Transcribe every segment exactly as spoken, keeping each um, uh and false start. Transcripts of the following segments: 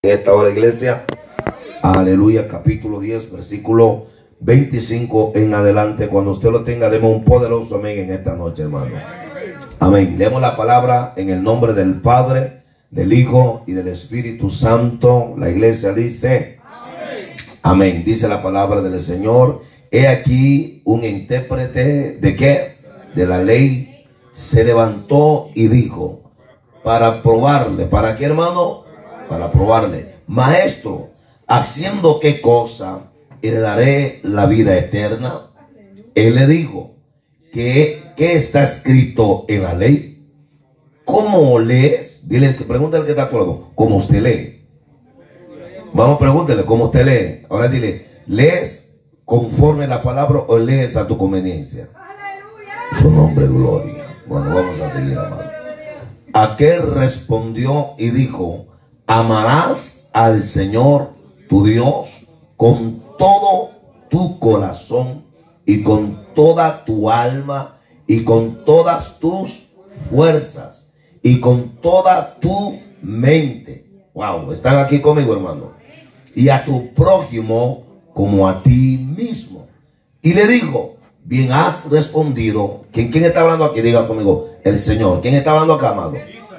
Esta hora, iglesia, aleluya, capítulo diez, versículo veinticinco en adelante. Cuando usted lo tenga, demos un poderoso amén en esta noche, hermano. Amén. Leemos la palabra en el nombre del Padre, del Hijo y del Espíritu Santo. La iglesia dice amén. Amén. Dice la palabra del Señor: he aquí un intérprete de qué, de la ley, se levantó y dijo, para probarle. ¿Para qué, hermano? Para probarle: maestro, ¿haciendo qué cosa heredaré la vida eterna? Él le dijo, ¿qué, qué está escrito en la ley? ¿Cómo lees? Dile, pregúntale que está a tu lado, ¿cómo usted lee? Vamos, pregúntale, ¿cómo usted lee? Ahora dile, ¿lees conforme la palabra o lees a tu conveniencia? Su nombre, gloria. Bueno, vamos a seguir, amado. Aquel respondió y dijo, amarás al Señor tu Dios con todo tu corazón y con toda tu alma y con todas tus fuerzas y con toda tu mente. Wow, están aquí conmigo, hermano. Y a tu prójimo como a ti mismo. Y le dijo, bien has respondido. ¿Quién, quién está hablando aquí? Diga conmigo, el Señor. ¿Quién está hablando acá, amado?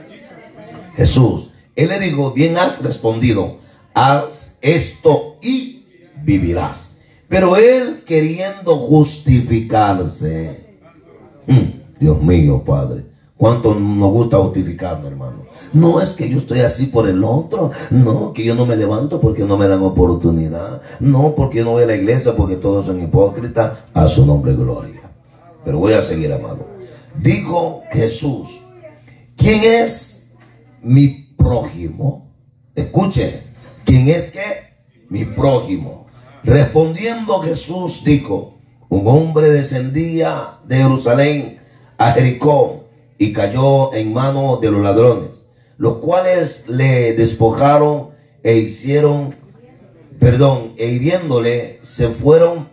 Jesús. Él le dijo, bien has respondido, haz esto y vivirás. Pero él, queriendo justificarse, hmm, Dios mío, Padre, cuánto nos gusta justificarnos, hermano. No es que yo estoy así por el otro, no, que yo no me levanto porque no me dan oportunidad, no, porque yo no voy a la iglesia porque todos son hipócritas. A su nombre, gloria. Pero voy a seguir, amado. Dijo Jesús, ¿quién es mi prójimo? Escuche, ¿quién es qué? Mi prójimo. Respondiendo Jesús dijo, un hombre descendía de Jerusalén a Jericó y cayó en manos de los ladrones, los cuales le despojaron e hicieron, perdón, e hiriéndole se fueron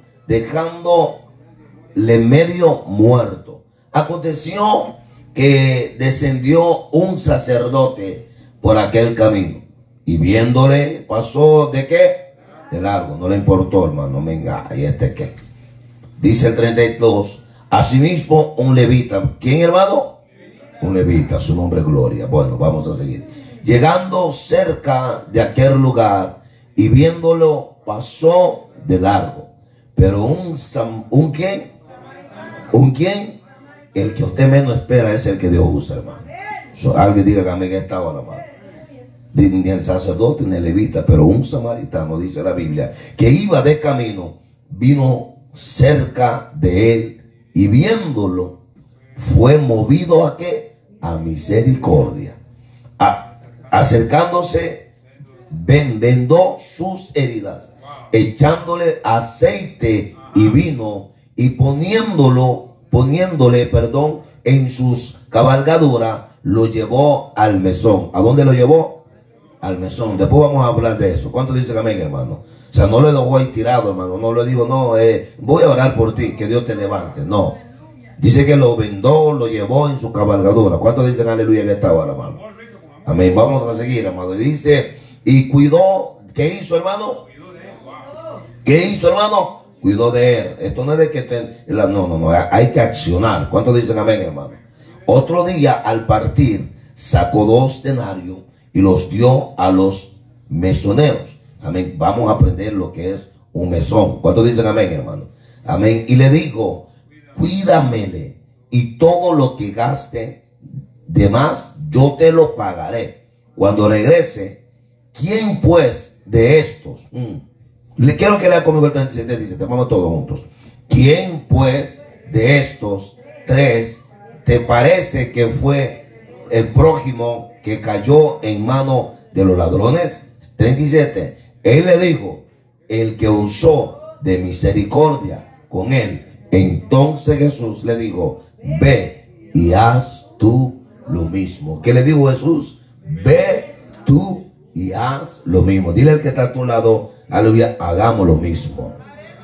dejándole medio muerto. Aconteció que descendió un sacerdote por aquel camino y viéndole pasó de qué, de largo, no le importó, hermano. Venga, y este qué, dice el treinta y dos, asimismo un levita. ¿Quién, hermano? Un levita, su nombre es gloria. Bueno, vamos a seguir. Llegando cerca de aquel lugar y viéndolo pasó de largo. Pero un un quién, un quién, el que usted menos espera es el que Dios usa, hermano. So, alguien diga que a mí en esta hora, hermano. Ni el sacerdote ni el levita, pero un samaritano, dice la Biblia, que iba de camino, vino cerca de él y viéndolo fue movido a qué, a misericordia. A, acercándose, ven, vendó sus heridas, echándole aceite y vino y poniéndolo, poniéndole, perdón, en sus cabalgaduras, lo llevó al mesón. ¿A dónde lo llevó? Al mesón. Después vamos a hablar de eso. ¿Cuántos dicen amén, hermano? O sea, no lo dejó ahí tirado, hermano. No le dijo, no, eh, voy a orar por ti, que Dios te levante. No. Dice que lo vendó, lo llevó en su cabalgadura. ¿Cuántos dicen aleluya en esta hora, hermano? Amén. Vamos a seguir, hermano. Y dice, y cuidó. ¿Qué hizo, hermano? ¿Qué hizo, hermano? Cuidó de él. Esto no es de que te, la, no, no, no. Hay que accionar. ¿Cuántos dicen amén, hermano? Otro día, al partir, sacó dos denarios y los dio a los mesoneros. Amén. Vamos a aprender lo que es un mesón. ¿Cuántos dicen amén, hermano? Amén. Y le dijo, cuídamele y todo lo que gaste de más, yo te lo pagaré. Cuando regrese, ¿quién pues de estos? Mm. Le quiero que lea conmigo el treinta y siete, dice, vamos todos juntos. ¿Quién pues de estos tres te parece que fue el prójimo que cayó en manos de los ladrones? treinta y siete. Él le dijo, el que usó de misericordia con él. Entonces Jesús le dijo, ve y haz tú lo mismo. ¿Qué le dijo Jesús? Ve tú y haz lo mismo. Dile al que está a tu lado, aleluya, hagamos lo mismo.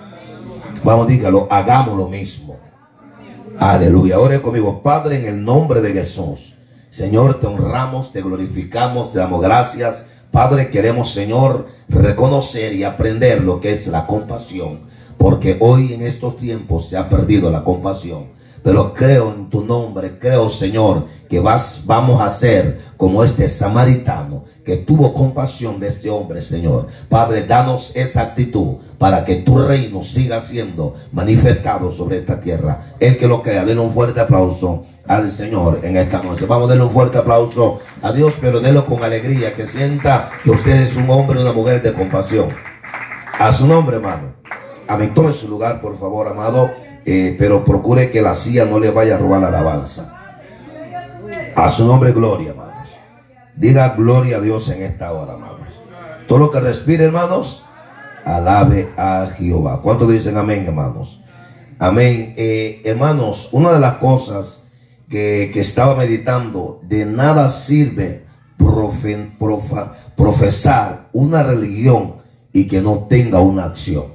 Vamos, dígalo, hagamos lo mismo. Aleluya. Ore conmigo. Padre, en el nombre de Jesús, Señor, te honramos, te glorificamos, te damos gracias Padre, queremos, Señor, reconocer y aprender lo que es la compasión, porque hoy en estos tiempos se ha perdido la compasión. Pero creo en tu nombre, creo, Señor, que vas, vamos a ser como este samaritano que tuvo compasión de este hombre, Señor. Padre, danos esa actitud para que tu reino siga siendo manifestado sobre esta tierra. El que lo crea, denle un fuerte aplauso al Señor en esta noche. Vamos a darle un fuerte aplauso a Dios, pero denlo con alegría, que sienta que usted es un hombre y una mujer de compasión. A su nombre, hermano. Amén. Tome su lugar, por favor, amado. Eh, pero procure que la silla no le vaya a robar la alabanza. A su nombre, gloria, hermanos. Diga gloria a Dios en esta hora, hermanos. Todo lo que respire, hermanos, alabe a Jehová. ¿Cuántos dicen amén, hermanos? Amén. Eh, hermanos, una de las cosas que, que estaba meditando, de nada sirve profe, profa, profesar una religión y que no tenga una acción.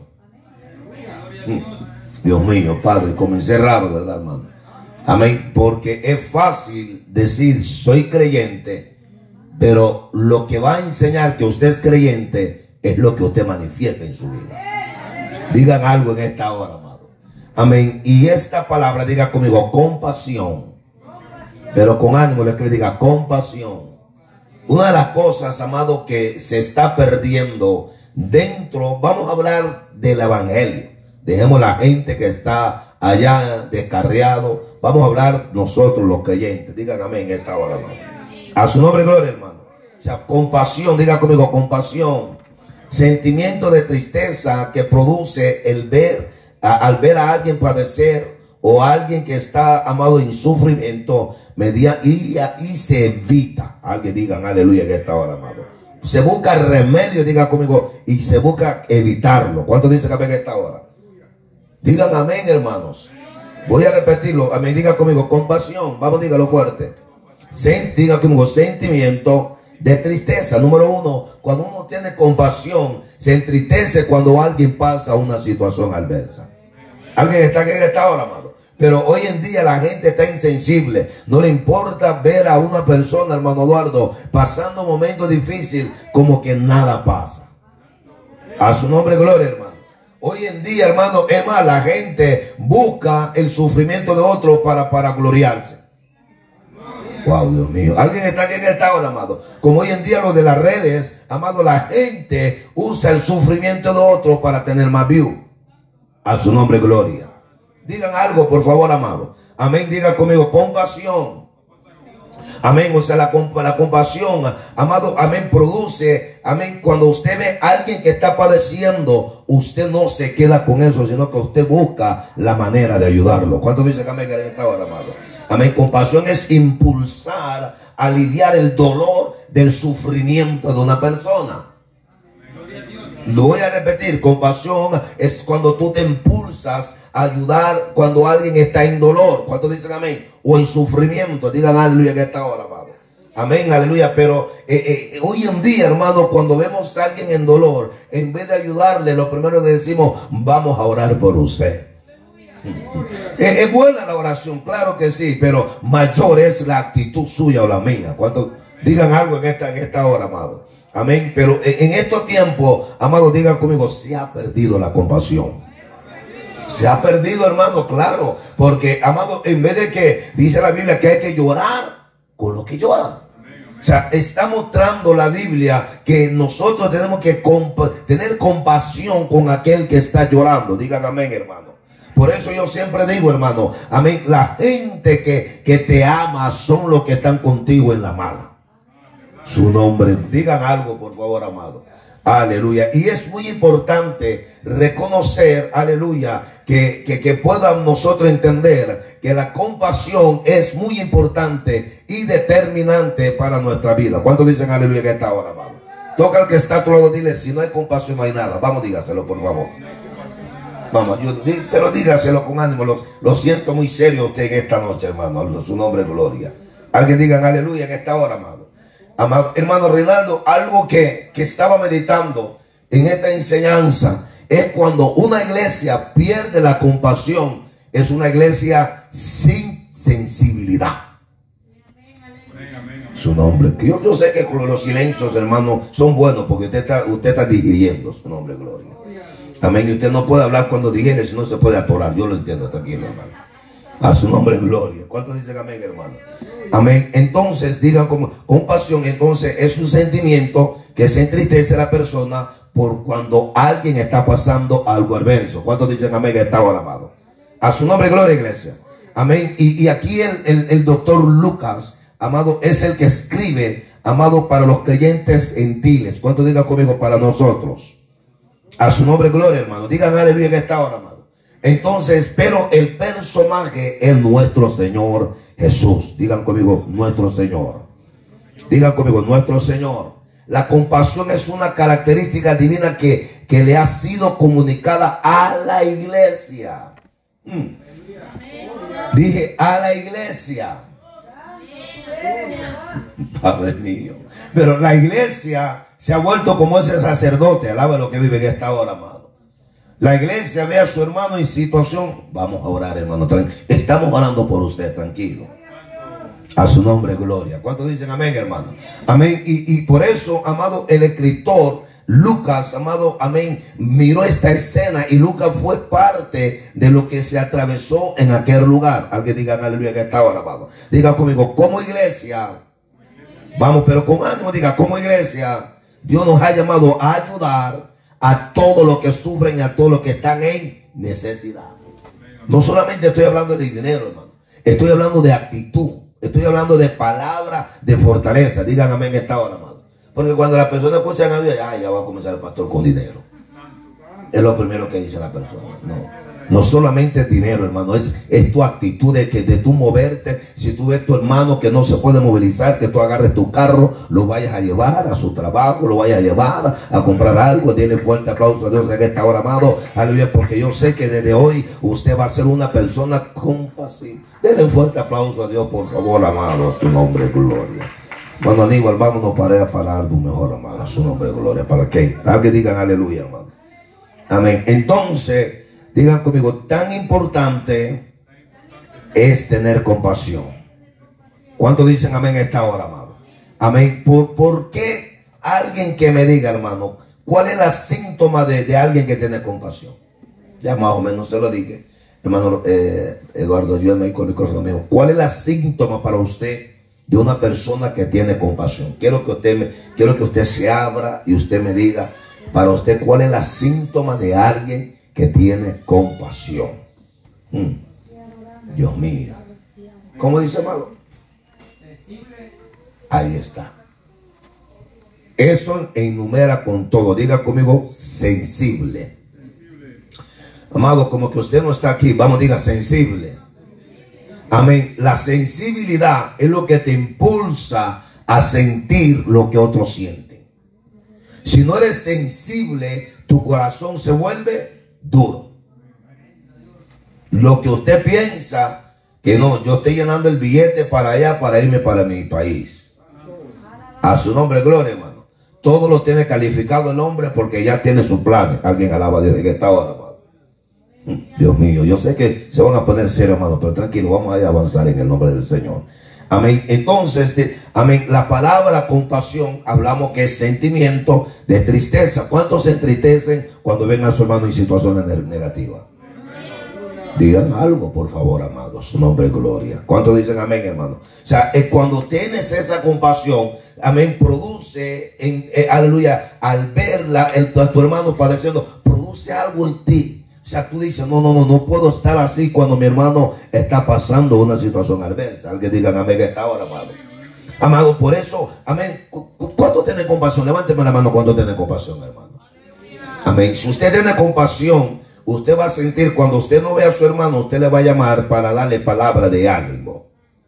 Hmm. Dios mío, Padre, comencé raro, ¿verdad, hermano? Amén. Porque es fácil decir soy creyente, pero lo que va a enseñar que usted es creyente es lo que usted manifiesta en su vida. Digan algo en esta hora, amado. Amén. Y esta palabra, diga conmigo, compasión. Pero con ánimo le que le diga compasión. Una de las cosas, amado, que se está perdiendo dentro, vamos a hablar del evangelio. Dejemos la gente que está allá descarriado. Vamos a hablar nosotros los creyentes. Digan amén en esta hora, hermano. A su nombre, gloria, hermano. O sea, compasión, diga conmigo, compasión. Sentimiento de tristeza que produce el ver, a, al ver a alguien padecer o a alguien que está, amado, en sufrimiento, media, y, y se evita. Alguien digan aleluya en esta hora, amado. Se busca remedio, diga conmigo, y se busca evitarlo. ¿Cuántos dicen amén en esta hora? Digan amén, hermanos. Voy a repetirlo. Amén, diga conmigo, compasión. Vamos, dígalo fuerte. Sent, diga conmigo, sentimiento de tristeza. Número uno, cuando uno tiene compasión, se entristece cuando alguien pasa una situación adversa. Alguien está aquí en esta hora, amado. Pero hoy en día la gente está insensible. No le importa ver a una persona, hermano Eduardo, pasando un momento difícil, como que nada pasa. A su nombre, gloria, hermano. Hoy en día, hermano, es más, la gente busca el sufrimiento de otros para, para gloriarse. Wow, Dios mío. Alguien está aquí en esta hora, amado. Como hoy en día lo de las redes, amado, la gente usa el sufrimiento de otros para tener más view. A su nombre, gloria. Digan algo, por favor, amado. Amén, diga conmigo, compasión. Amén, o sea, la, la compasión, amado, amén, produce, amén, cuando usted ve a alguien que está padeciendo, usted no se queda con eso, sino que usted busca la manera de ayudarlo. ¿Cuántos dicen amén en esta hora, amado? Amén, compasión es impulsar, aliviar el dolor del sufrimiento de una persona. Lo voy a repetir, compasión es cuando tú te impulsas a ayudar cuando alguien está en dolor. ¿Cuántos dicen amén? O en sufrimiento. Digan aleluya en esta hora, amado. Amén, aleluya. Pero eh, eh, hoy en día, hermano, cuando vemos a alguien en dolor, en vez de ayudarle, lo primero que decimos, vamos a orar por usted. Es, es buena la oración, claro que sí, pero mayor es la actitud suya o la mía. ¿Cuántos digan algo en esta, en esta hora, amado? Amén. Pero en estos tiempos, amados, digan conmigo, se ha perdido la compasión. Se ha perdido, hermano, claro. Porque, amado, en vez de que dice la Biblia que hay que llorar con lo que lloran. O sea, está mostrando la Biblia que nosotros tenemos que comp tener compasión con aquel que está llorando. Digan amén, hermano. Por eso yo siempre digo, hermano, amén, la gente que, que te ama son los que están contigo en la mala. Su nombre, digan algo, por favor, amado. Aleluya. Y es muy importante reconocer, aleluya, que, que, que puedan nosotros entender que la compasión es muy importante y determinante para nuestra vida. ¿Cuántos dicen aleluya en esta hora, amado? Toca al que está a tu lado, dile, si no hay compasión no hay nada. Vamos, dígaselo, por favor. Vamos, yo, pero dígaselo con ánimo. Lo, lo siento muy serio usted en esta noche, hermano. Su nombre es gloria. Alguien digan aleluya en esta hora, amado. Amado hermano Reinaldo, algo que, que estaba meditando en esta enseñanza es cuando una iglesia pierde la compasión, es una iglesia sin sensibilidad. Su nombre. Yo, yo sé que los silencios, hermano, son buenos porque usted está, usted está digiriendo. Su nombre, gloria. Amén. Y usted no puede hablar cuando digiere, si no se puede atorar. Yo lo entiendo, tranquilo, hermano. A su nombre, gloria. ¿Cuántos dicen amén, hermano? Amén. Entonces, digan como compasión. Entonces, es un sentimiento que se entristece a la persona por cuando alguien está pasando algo adverso. ¿Cuántos dicen amén? Está ahora, amado. A su nombre, gloria, iglesia. Amén. Y, y aquí el, el, el doctor Lucas, amado, es el que escribe, amado, para los creyentes gentiles. ¿Cuántos digan conmigo? Para nosotros. A su nombre, gloria, hermano. Digan aleluya en esta hora, amado. Entonces, pero el personaje es nuestro Señor Jesús. Digan conmigo, nuestro Señor. Digan conmigo, nuestro Señor. La compasión es una característica divina que, que le ha sido comunicada a la iglesia. Hmm. Dije, a la iglesia. Padre mío. Pero la iglesia se ha vuelto como ese sacerdote. Alaba lo que vive en esta hora, amado. La iglesia ve a su hermano en situación. Vamos a orar, hermano. Estamos orando por usted, tranquilo. A su nombre, gloria. ¿Cuántos dicen amén, hermano? Amén. Y, y por eso, amado, el escritor Lucas, amado, amén, miró esta escena y Lucas fue parte de lo que se atravesó en aquel lugar. Alguien diga aleluya que está ahora, amado. Diga conmigo, como iglesia, vamos, pero con ánimo, diga, como iglesia, Dios nos ha llamado a ayudar a todos los que sufren y a todos los que están en necesidad. No solamente estoy hablando de dinero, hermano. Estoy hablando de actitud. Estoy hablando de palabra de fortaleza. Digan amén esta hora, amado. Porque cuando las personas escuchan a Dios, ah, ya va a comenzar el pastor con dinero. Es lo primero que dice la persona. No. No solamente es dinero, hermano, es, es tu actitud de, que, de tú moverte. Si tú ves tu hermano que no se puede movilizar, que tú agarres tu carro, lo vayas a llevar a su trabajo, lo vayas a llevar a comprar algo. Dile fuerte aplauso a Dios en esta hora, amado. Aleluya, porque yo sé que desde hoy usted va a ser una persona compasiva. Dele un fuerte aplauso a Dios, por favor, amado, a su nombre, gloria. Bueno, Aníbal, vámonos para, para algo mejor, amado, a su nombre, gloria. ¿Para qué? Alguien digan aleluya, hermano. Amén. Entonces, digan conmigo, tan importante es tener compasión. ¿Cuántos dicen amén a esta hora, amado? Amén. ¿Por, por qué alguien que me diga, hermano, cuál es la síntoma de, de alguien que tiene compasión? Ya más o menos se lo dije. Hermano eh, Eduardo, ayúdame ahí con el corazón mío. ¿Cuál es la síntoma para usted de una persona que tiene compasión? Quiero que usted me, quiero que usted se abra y usted me diga, para usted, ¿cuál es la síntoma de alguien que tiene compasión? Hmm. Dios mío. ¿Cómo dice, amado? Ahí está. Eso enumera con todo. Diga conmigo, sensible. Amado, como que usted no está aquí, vamos, diga sensible. Amén. La sensibilidad es lo que te impulsa a sentir lo que otros sienten. Si no eres sensible, tu corazón se vuelve duro. Lo que usted piensa, que no, yo estoy llenando el billete para allá, para irme para mi país. A su nombre, gloria, hermano. Todo lo tiene calificado el hombre porque ya tiene sus planes. Alguien alaba a Dios en esta hora, hermano. Dios mío, yo sé que se van a poner serios, hermano, pero tranquilo, vamos a avanzar en el nombre del Señor. Amén. Entonces, de, amén, la palabra compasión, hablamos que es sentimiento de tristeza. ¿Cuántos se entristecen cuando ven a su hermano en situaciones negativas? Digan algo, por favor, amados. Su nombre es gloria. ¿Cuántos dicen amén, hermano? O sea, es cuando tienes esa compasión, amén, produce, en, eh, aleluya, al ver la, el, a tu hermano padeciendo, produce algo en ti. O sea, tú dices, no, no, no, no puedo estar así cuando mi hermano está pasando una situación adversa. Alguien diga amén que está ahora, amado. Amado, por eso, amén. ¿Cuánto tiene compasión? Levánteme la mano cuando tiene compasión, hermanos. Amén. Si usted tiene compasión, usted va a sentir, cuando usted no ve a su hermano, usted le va a llamar para darle palabra de ánimo.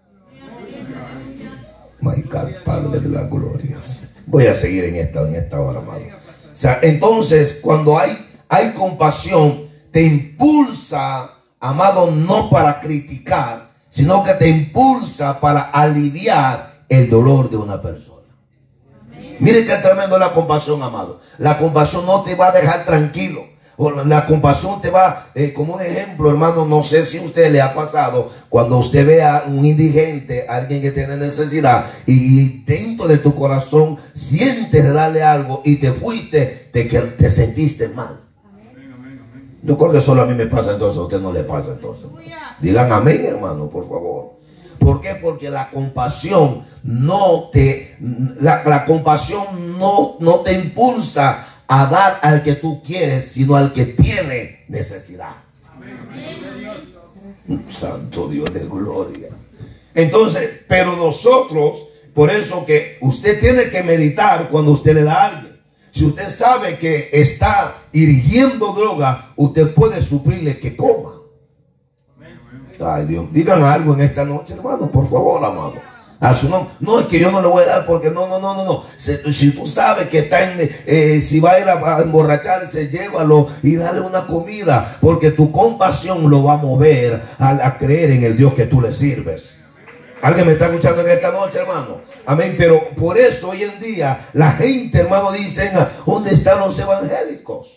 My God, Padre de las glorias. Voy a seguir en esta, en esta hora, amado. O sea, entonces, cuando hay, hay compasión, te impulsa, amado, no para criticar, sino que te impulsa para aliviar el dolor de una persona. Amén. Mire qué tremendo es la compasión, amado. La compasión no te va a dejar tranquilo. O la, la compasión te va, eh, como un ejemplo, hermano, no sé si a usted le ha pasado, cuando usted ve a un indigente, alguien que tiene necesidad, y dentro de tu corazón sientes de darle algo y te fuiste, te, que te sentiste mal. Yo creo que solo a mí me pasa, entonces a usted no le pasa entonces. Digan amén, hermano, por favor. ¿Por qué? Porque la compasión no te, la, la compasión no, no te impulsa a dar al que tú quieres, sino al que tiene necesidad. Amén. Santo Dios de gloria. Entonces, pero nosotros, por eso que usted tiene que meditar cuando usted le da a alguien. Si usted sabe que está irguiendo droga, usted puede suplirle que coma. Ay, Dios, digan algo en esta noche, hermano, por favor, amado. A su nombre. No es que yo no le voy a dar porque no, no, no, no, no. Si, si tú sabes que está en, eh, si va a ir a, a emborracharse, llévalo y dale una comida, porque tu compasión lo va a mover a, a creer en el Dios que tú le sirves. ¿Alguien me está escuchando en esta noche, hermano? Amén. Pero por eso hoy en día la gente, hermano, dicen, ¿dónde están los evangélicos?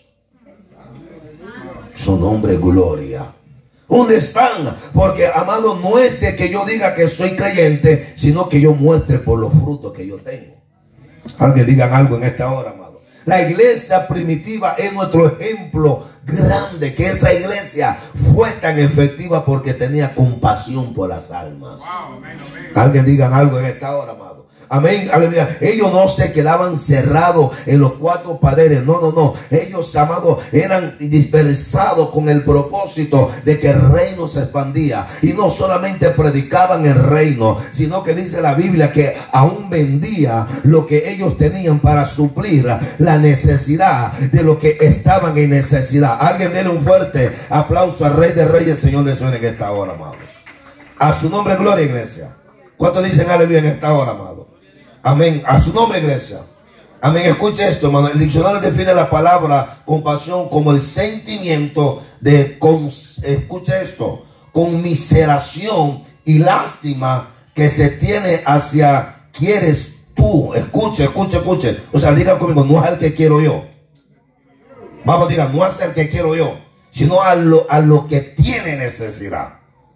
Su nombre es gloria. ¿Dónde están? Porque, amado, no es de que yo diga que soy creyente, sino que yo muestre por los frutos que yo tengo. Alguien digan algo en esta hora, amado. La iglesia primitiva es nuestro ejemplo grande, que esa iglesia fue tan efectiva porque tenía compasión por las almas. Wow, amén, amén. Alguien digan algo en esta hora, amado. Amén, aleluya. Ellos no se quedaban cerrados en los cuatro paredes. No, no, no. Ellos, amados, eran dispersados con el propósito de que el reino se expandía. Y no solamente predicaban el reino, sino que dice la Biblia que aún vendía lo que ellos tenían para suplir la necesidad de los que estaban en necesidad. Alguien déle un fuerte aplauso al Rey de Reyes, Señor de Señores, en esta hora, amado. A su nombre, gloria, iglesia. ¿Cuántos dicen aleluya en esta hora, amado? Amén. A su nombre, iglesia. Amén. Escuche esto, hermano. El diccionario define la palabra compasión como el sentimiento de, con, escuche esto, conmiseración y lástima que se tiene hacia quieres tú. Escuche, escuche, escuche. O sea, digan conmigo, no es el que quiero yo. Vamos, digan, no es el que quiero yo, sino a lo, a lo que tiene necesidad.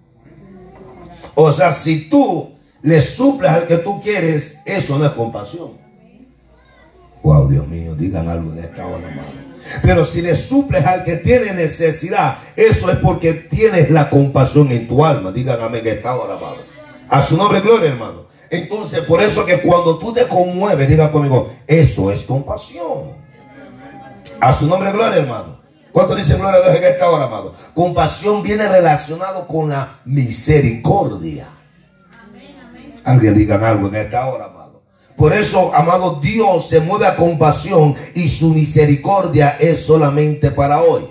O sea, si tú le suples al que tú quieres, eso no es compasión. Wow, Dios mío, digan algo en esta hora, hermano. Pero si le suples al que tiene necesidad, eso es porque tienes la compasión en tu alma. Digan amén en esta hora, hermano. A su nombre, gloria, hermano. Entonces, por eso que cuando tú te conmueves, digan conmigo, eso es compasión. A su nombre, gloria, hermano. ¿Cuánto dice gloria a Dios en esta hora, amado? Compasión viene relacionado con la misericordia. Alguien digan algo en esta hora, amado. Por eso, amado, Dios se mueve a compasión y su misericordia es solamente para hoy.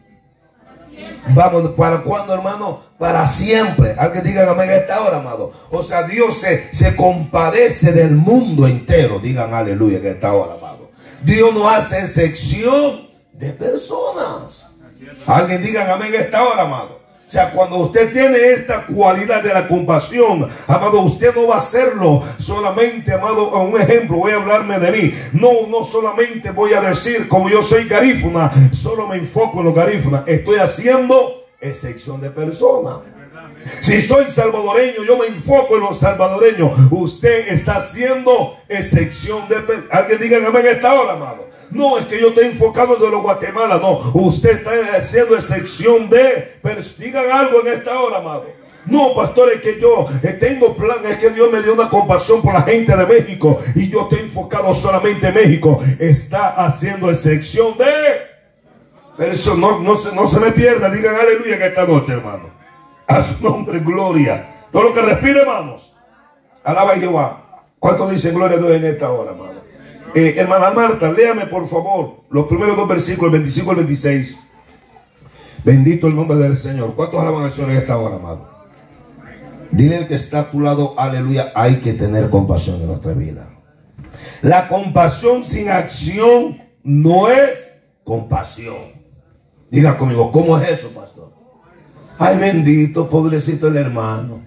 Vamos, ¿para cuándo, hermano? Para siempre. Alguien digan amén en esta hora, amado. O sea, Dios se, se compadece del mundo entero. Digan aleluya en esta hora, amado. Dios no hace excepción de personas. Alguien digan amén en esta hora, amado. O sea, cuando usted tiene esta cualidad de la compasión, amado, usted no va a hacerlo solamente, amado, a un ejemplo, voy a hablarme de mí. No, no solamente voy a decir, como yo soy garífuna, solo me enfoco en los garífunas. Estoy haciendo excepción de personas. Si soy salvadoreño, yo me enfoco en los salvadoreños. Usted está haciendo excepción de personas. Alguien diga amén esta hora, amado. No, es que yo estoy enfocado en los Guatemala. No, usted está haciendo excepción de personas. Digan algo en esta hora, amado. No, pastor, es que yo eh, tengo plan, es que Dios me dio una compasión por la gente de México y yo estoy enfocado solamente en México. Está haciendo excepción de personas. No, no, se, no se me pierda. Digan aleluya en esta noche, hermano. A su nombre, gloria. Todo lo que respire, hermanos, alaba a Jehová. ¿Cuánto dice gloria a Dios en esta hora, hermano? Eh, hermana Marta, léame por favor los primeros dos versículos, el veinticinco al veintiséis. Bendito el nombre del Señor. ¿Cuántos alaban al Señor en esta hora, amado? Dile al que está a tu lado, aleluya, hay que tener compasión en nuestra vida. La compasión sin acción no es compasión. Diga conmigo, ¿cómo es eso, pastor? Ay, bendito, pobrecito el hermano.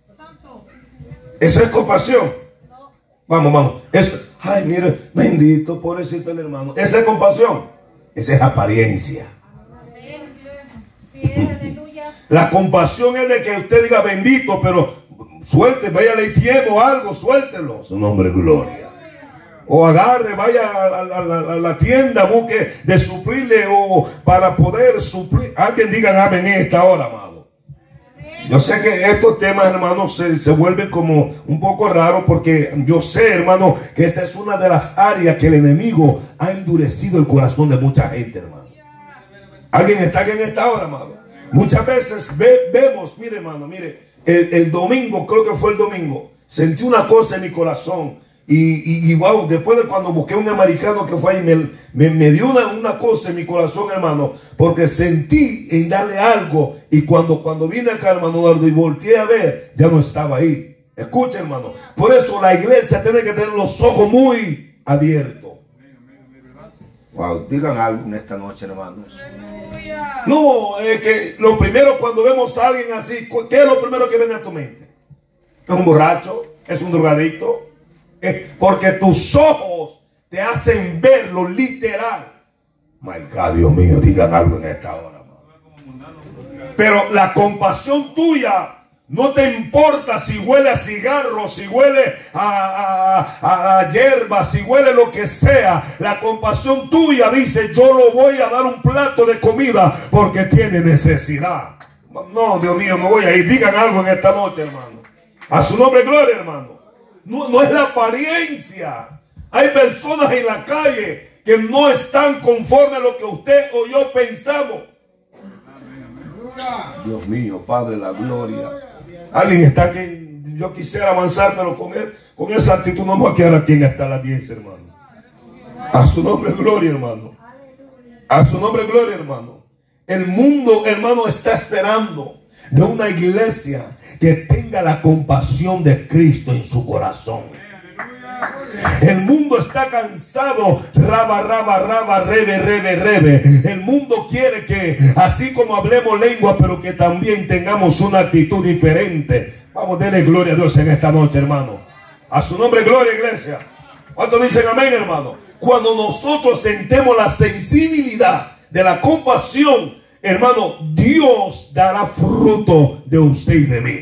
Eso es compasión. Vamos, vamos. Eso. Ay, mire, bendito, pobrecito el hermano. Esa es compasión. Esa es apariencia. La compasión es de que usted diga bendito, pero suelte, vaya le tiempo algo, suéltelo. Su nombre es gloria. O agarre, vaya a la, a, la, a la tienda, busque de suplirle o para poder suplir. Alguien diga amén en esta hora, amado. Yo sé que estos temas, hermanos, se, se vuelven como un poco raros porque yo sé, hermano, que esta es una de las áreas que el enemigo ha endurecido el corazón de mucha gente, hermano. ¿Alguien está aquí en esta hora, amado? Muchas veces ve, vemos, mire, hermano, mire, el, el domingo, creo que fue el domingo, sentí una cosa en mi corazón. Y, y, y wow, después de cuando busqué un americano que fue ahí, me, me, me dio una, una cosa en mi corazón, hermano, porque sentí en darle algo. Y cuando, cuando vine acá, hermano Eduardo, y volteé a ver, ya no estaba ahí. Escucha, hermano, por eso la iglesia tiene que tener los ojos muy abiertos. Wow, digan algo en esta noche, hermanos. No, es que lo primero cuando vemos a alguien así, ¿qué es lo primero que viene a tu mente? ¿Es un borracho? ¿Es un drogadicto? Porque tus ojos te hacen ver lo literal. My God, Dios mío, digan algo en esta hora. Pero la compasión tuya no te importa si huele a cigarro, si huele a, a, a hierba, si huele lo que sea. La compasión tuya dice: yo lo voy a dar un plato de comida porque tiene necesidad. No, Dios mío, me voy a ir. Digan algo en esta noche, hermano. A su nombre, gloria, hermano. No, no es la apariencia. Hay personas en la calle que no están conformes a lo que usted o yo pensamos. Dios mío, Padre, la gloria. Alguien está aquí. Yo quisiera avanzar, pero con, él, con esa actitud no vamos a quedar aquí en hasta las diez, hermano. A su nombre, gloria, hermano. A su nombre, gloria, hermano. El mundo, hermano, está esperando de una iglesia que tenga la compasión de Cristo en su corazón. El mundo está cansado, raba, raba, raba, rebe, rebe, rebe. El mundo quiere que así como hablemos lengua, pero que también tengamos una actitud diferente. Vamos, denle gloria a Dios en esta noche, hermano. A su nombre, gloria, iglesia. ¿Cuántos dicen amén, hermano? Cuando nosotros sentemos la sensibilidad de la compasión, hermano, Dios dará fruto de usted y de mí.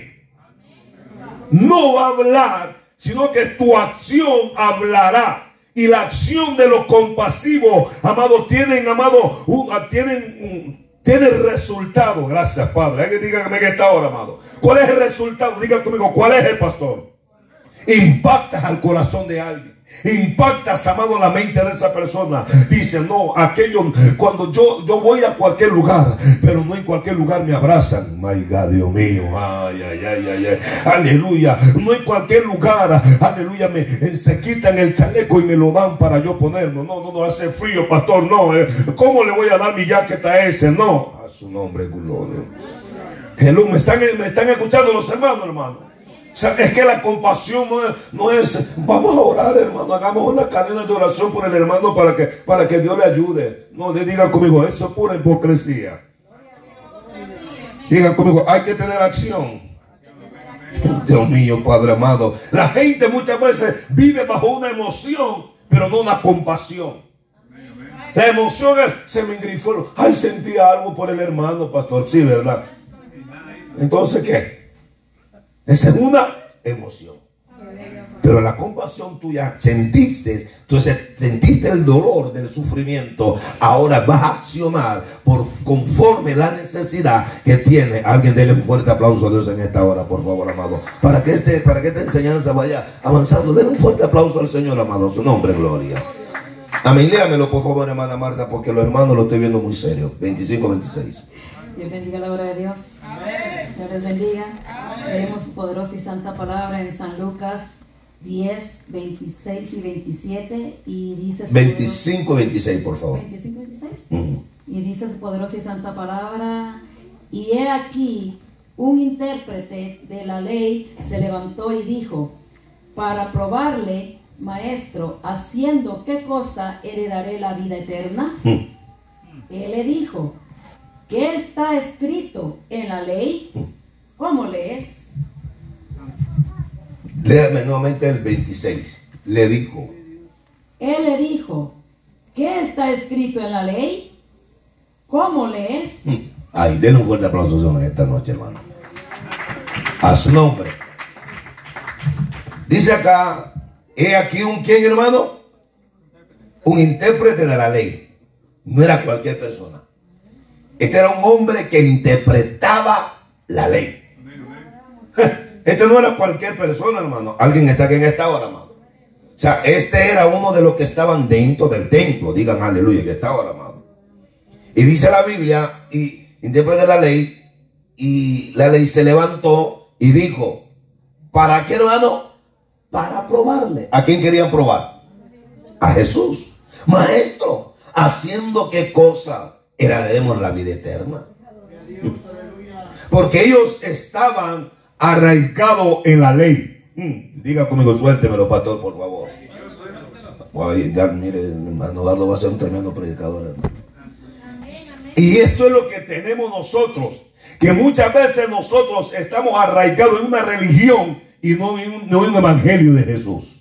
No va a hablar, sino que tu acción hablará. Y la acción de los compasivos, amado, tienen, amado, uh, tienen, uh, tienen resultado. Gracias, Padre. Alguien dígame que está ahora, amado. ¿Cuál es el resultado? Diga conmigo, ¿cuál es el pastor? Impactas al corazón de alguien. Impactas, amado, la mente de esa persona. Dice, no, aquello, cuando yo, yo voy a cualquier lugar, pero no en cualquier lugar me abrazan. My God, Dios mío, ay, ay, ay, ay, ay. Aleluya, no en cualquier lugar, aleluya, me se quitan el chaleco y me lo dan para yo ponerlo. No, no, no, hace frío, pastor, no, eh. ¿Cómo le voy a dar mi jaqueta a ese? No, a su nombre, gloria. Jesús, ¿me están, me están escuchando los hermanos, hermano? O sea, es que la compasión no es, no es, vamos a orar, hermano, hagamos una cadena de oración por el hermano para que, para que Dios le ayude. No, le digan conmigo, eso es pura hipocresía. Digan conmigo, hay que tener acción. Dios mío, Padre amado. La gente muchas veces vive bajo una emoción, pero no una compasión. La emoción es, se me engrifó, ay, sentía algo por el hermano, pastor. Sí, ¿verdad? Entonces, ¿qué? Esa es una emoción. Pero la compasión tuya, sentiste, entonces sentiste el dolor del sufrimiento. Ahora vas a accionar por conforme la necesidad que tiene. Alguien déle un fuerte aplauso a Dios en esta hora, por favor, amado. Para que, este, para que esta enseñanza vaya avanzando, denle un fuerte aplauso al Señor, amado. Su nombre, gloria. Amén, léamelo, por favor, hermana Marta, porque los hermanos lo estoy viendo muy serio. veinticinco, veintiséis. Dios bendiga la obra de Dios. Amén. Señor les bendiga. Leemos su poderosa y santa palabra en San Lucas diez, veintiséis y veintisiete. Y dice su veinticinco, veintiséis, por favor. veinticinco, veintiséis. Uh-huh. Y dice su poderosa y santa palabra: y he aquí, un intérprete de la ley se levantó y dijo, para probarle, maestro, haciendo qué cosa heredaré la vida eterna. Uh-huh. Él le dijo, ¿qué está escrito en la ley? ¿Cómo lees? Léame nuevamente el veintiséis. Le dijo. Él le dijo, ¿qué está escrito en la ley? ¿Cómo lees? Ay, denle un fuerte aplauso en esta noche, hermano. A su nombre. Dice acá, he aquí un quién, hermano, un intérprete de la ley. No era cualquier persona. Este era un hombre que interpretaba la ley. Este no era cualquier persona, hermano. Alguien está aquí en esta hora, amado. O sea, este era uno de los que estaban dentro del templo. Digan aleluya, que esta hora, amado. Y dice la Biblia, y intérprete de la ley, y la ley se levantó y dijo, ¿para qué, hermano? Para probarle. ¿A quién querían probar? A Jesús. Maestro, ¿haciendo qué cosa heredaremos la vida eterna? Porque ellos estaban arraigados en la ley. Mm, diga conmigo, suéltemelo, pastor, por favor. Ay, ya, mire, mi hermano Eduardo va a ser un tremendo predicador, hermano. Y eso es lo que tenemos nosotros, que muchas veces nosotros estamos arraigados en una religión y no en un, no en un evangelio de Jesús.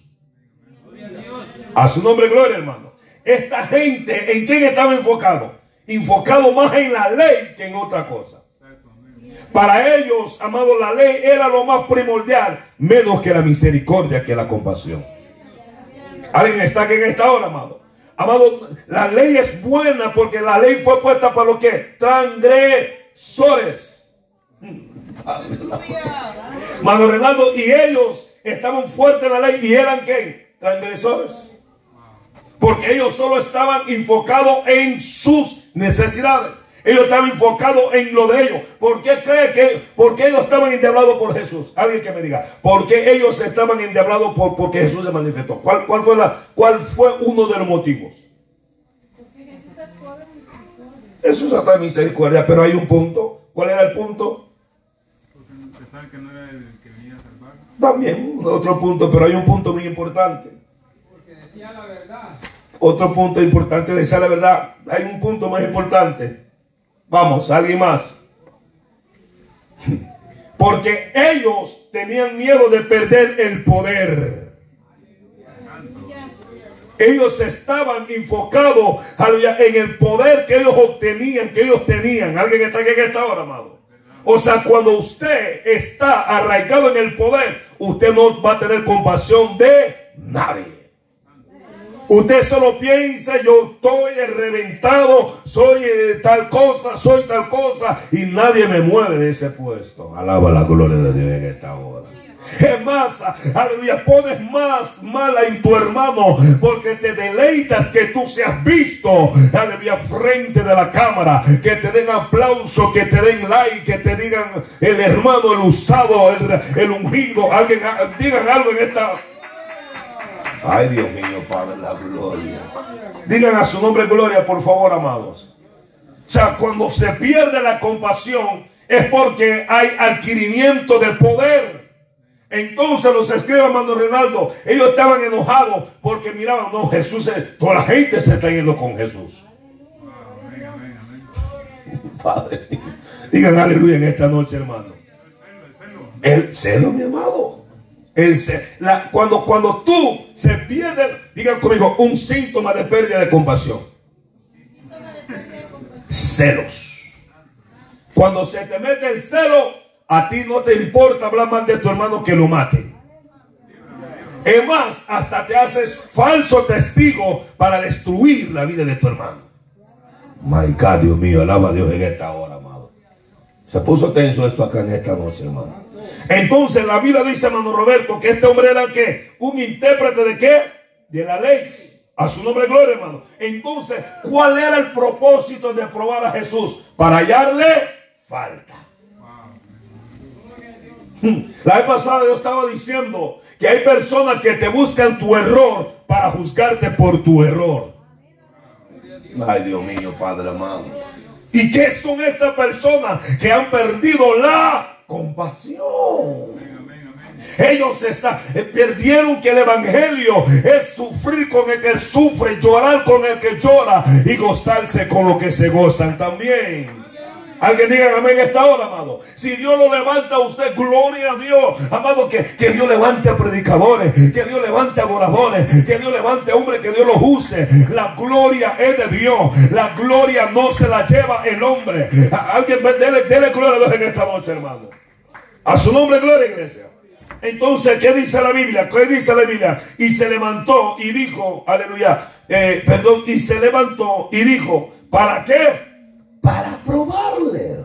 A su nombre, gloria, hermano. Esta gente, ¿en quién estaba enfocado? Enfocado más en la ley que en otra cosa. Para ellos, amados, la ley era lo más primordial, menos que la misericordia, que la compasión. ¿Alguien está aquí en esta hora, amado? Amado, la ley es buena porque la ley fue puesta para lo que transgresores. Mano Renaldo, y ellos estaban fuertes en la ley y eran ¿qué? Transgresores. Porque ellos solo estaban enfocados en sus necesidades. Ellos estaban enfocados en lo de ellos. ¿Por qué cree que? ¿Por qué ellos estaban endiablados por Jesús? Alguien que me diga. ¿Por qué ellos estaban endiablados por porque Jesús se manifestó? ¿Cuál, cuál fue la, cuál fue uno de los motivos? Porque Jesús actuó de misericordia. Jesús actuó de misericordia, pero hay un punto. ¿Cuál era el punto? Porque pensaban que no era el que venía a salvar. También otro punto, pero hay un punto muy importante. Porque decía la verdad. Otro punto importante, decía la verdad. Hay un punto más importante. Vamos, alguien más. Porque ellos tenían miedo de perder el poder. Ellos estaban enfocados en el poder que ellos obtenían, que ellos tenían. Alguien está aquí en esta hora, amado. O sea, cuando usted está arraigado en el poder, usted no va a tener compasión de nadie. Usted solo piensa, yo estoy reventado, soy eh, tal cosa, soy tal cosa, y nadie me mueve de ese puesto. Alaba la gloria de Dios en esta hora. Es más, aleluya, pones más mala en tu hermano, porque te deleitas que tú seas visto, aleluya, frente de la cámara, que te den aplauso, que te den like, que te digan el hermano, el usado, el, el ungido. Alguien, digan algo en esta. Ay, Dios mío, Padre, la gloria. Digan a su nombre gloria, por favor, amados. O sea, cuando se pierde la compasión es porque hay adquirimiento de poder. Entonces los escribas, hermano Reinaldo, ellos estaban enojados porque miraban, no, Jesús, se, toda la gente se está yendo con Jesús. Padre, digan aleluya en esta noche, hermano. El celo, mi amado. El ce, la, cuando, cuando tú se pierde, digan conmigo, un síntoma de pérdida de compasión. Celos. Cuando se te mete el celo, a ti no te importa hablar mal de tu hermano que lo mate. Es más, hasta te haces falso testigo para destruir la vida de tu hermano. My God, Dios mío, alaba a Dios en esta hora, amado. Se puso tenso esto acá en esta noche, hermano. Entonces la Biblia dice, hermano Roberto, que este hombre era ¿qué? Un intérprete de ¿qué? De la ley. A su nombre, gloria, hermano. Entonces, ¿cuál era el propósito de probar a Jesús? Para hallarle falta. La vez pasada yo estaba diciendo que hay personas que te buscan tu error para juzgarte por tu error. Ay, Dios mío, Padre amado. ¿Y qué son esas personas que han perdido la compasión? Ellos están, perdieron que el evangelio es sufrir con el que sufre, llorar con el que llora y gozarse con lo que se gozan también. Alguien diga amén esta hora, amado. Si Dios lo levanta a usted, gloria a Dios, amado, que, que Dios levante a predicadores, que Dios levante a adoradores, que Dios levante a hombres, que Dios los use. La gloria es de Dios. La gloria no se la lleva el hombre. Alguien dele, dele gloria a Dios en esta noche, hermano. A su nombre, gloria, iglesia. Entonces, ¿qué dice la Biblia? ¿Qué dice la Biblia? Y se levantó y dijo, aleluya, eh, perdón, y se levantó y dijo, ¿para qué? Para probarle.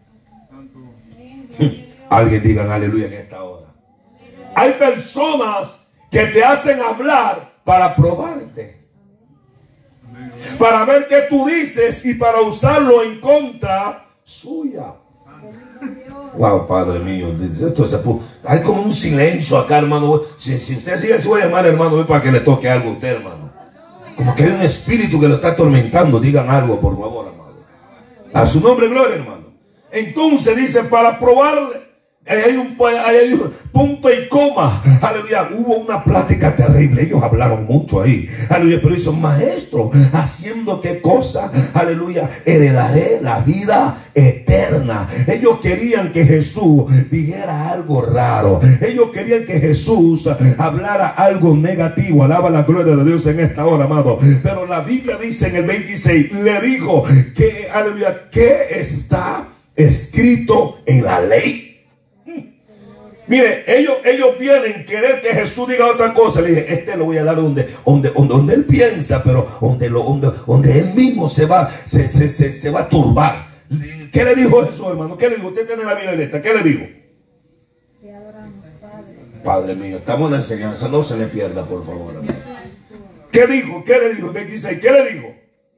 Alguien digan aleluya en esta hora. Hay personas que te hacen hablar para probarte, para ver qué tú dices y para usarlo en contra suya. Wow, Padre mío, esto se puso. Hay como un silencio acá, hermano. Si, si usted sigue, se voy a llamar, hermano, para que le toque algo a usted, hermano. Como que hay un espíritu que lo está atormentando. Digan algo, por favor, amado. A su nombre, gloria, hermano. Entonces dice, para probarle. Hay un, hay un punto y coma. Aleluya. Hubo una plática terrible. Ellos hablaron mucho ahí. Aleluya. Pero hizo, maestro, haciendo qué cosa. Aleluya. Heredaré la vida eterna. Ellos querían que Jesús dijera algo raro. Ellos querían que Jesús hablara algo negativo. Alaba la gloria de Dios en esta hora, amado. Pero la Biblia dice en el veintiséis, le dijo que, aleluya, que está escrito en la ley. Mire, ellos, ellos vienen querer que Jesús diga otra cosa. Le dije, este lo voy a dar donde, donde, donde, donde él piensa, pero donde, lo, donde, donde él mismo se va, se, se, se, se va a turbar. ¿Qué le dijo Jesús, hermano? ¿Qué le dijo? Usted tiene la Biblia lista. ¿Qué le dijo? Te adoramos, Padre. Padre mío, estamos en la enseñanza, no se le pierda, por favor, hermano. ¿Qué dijo? ¿Qué le dijo? veintiséis, ¿qué le dijo?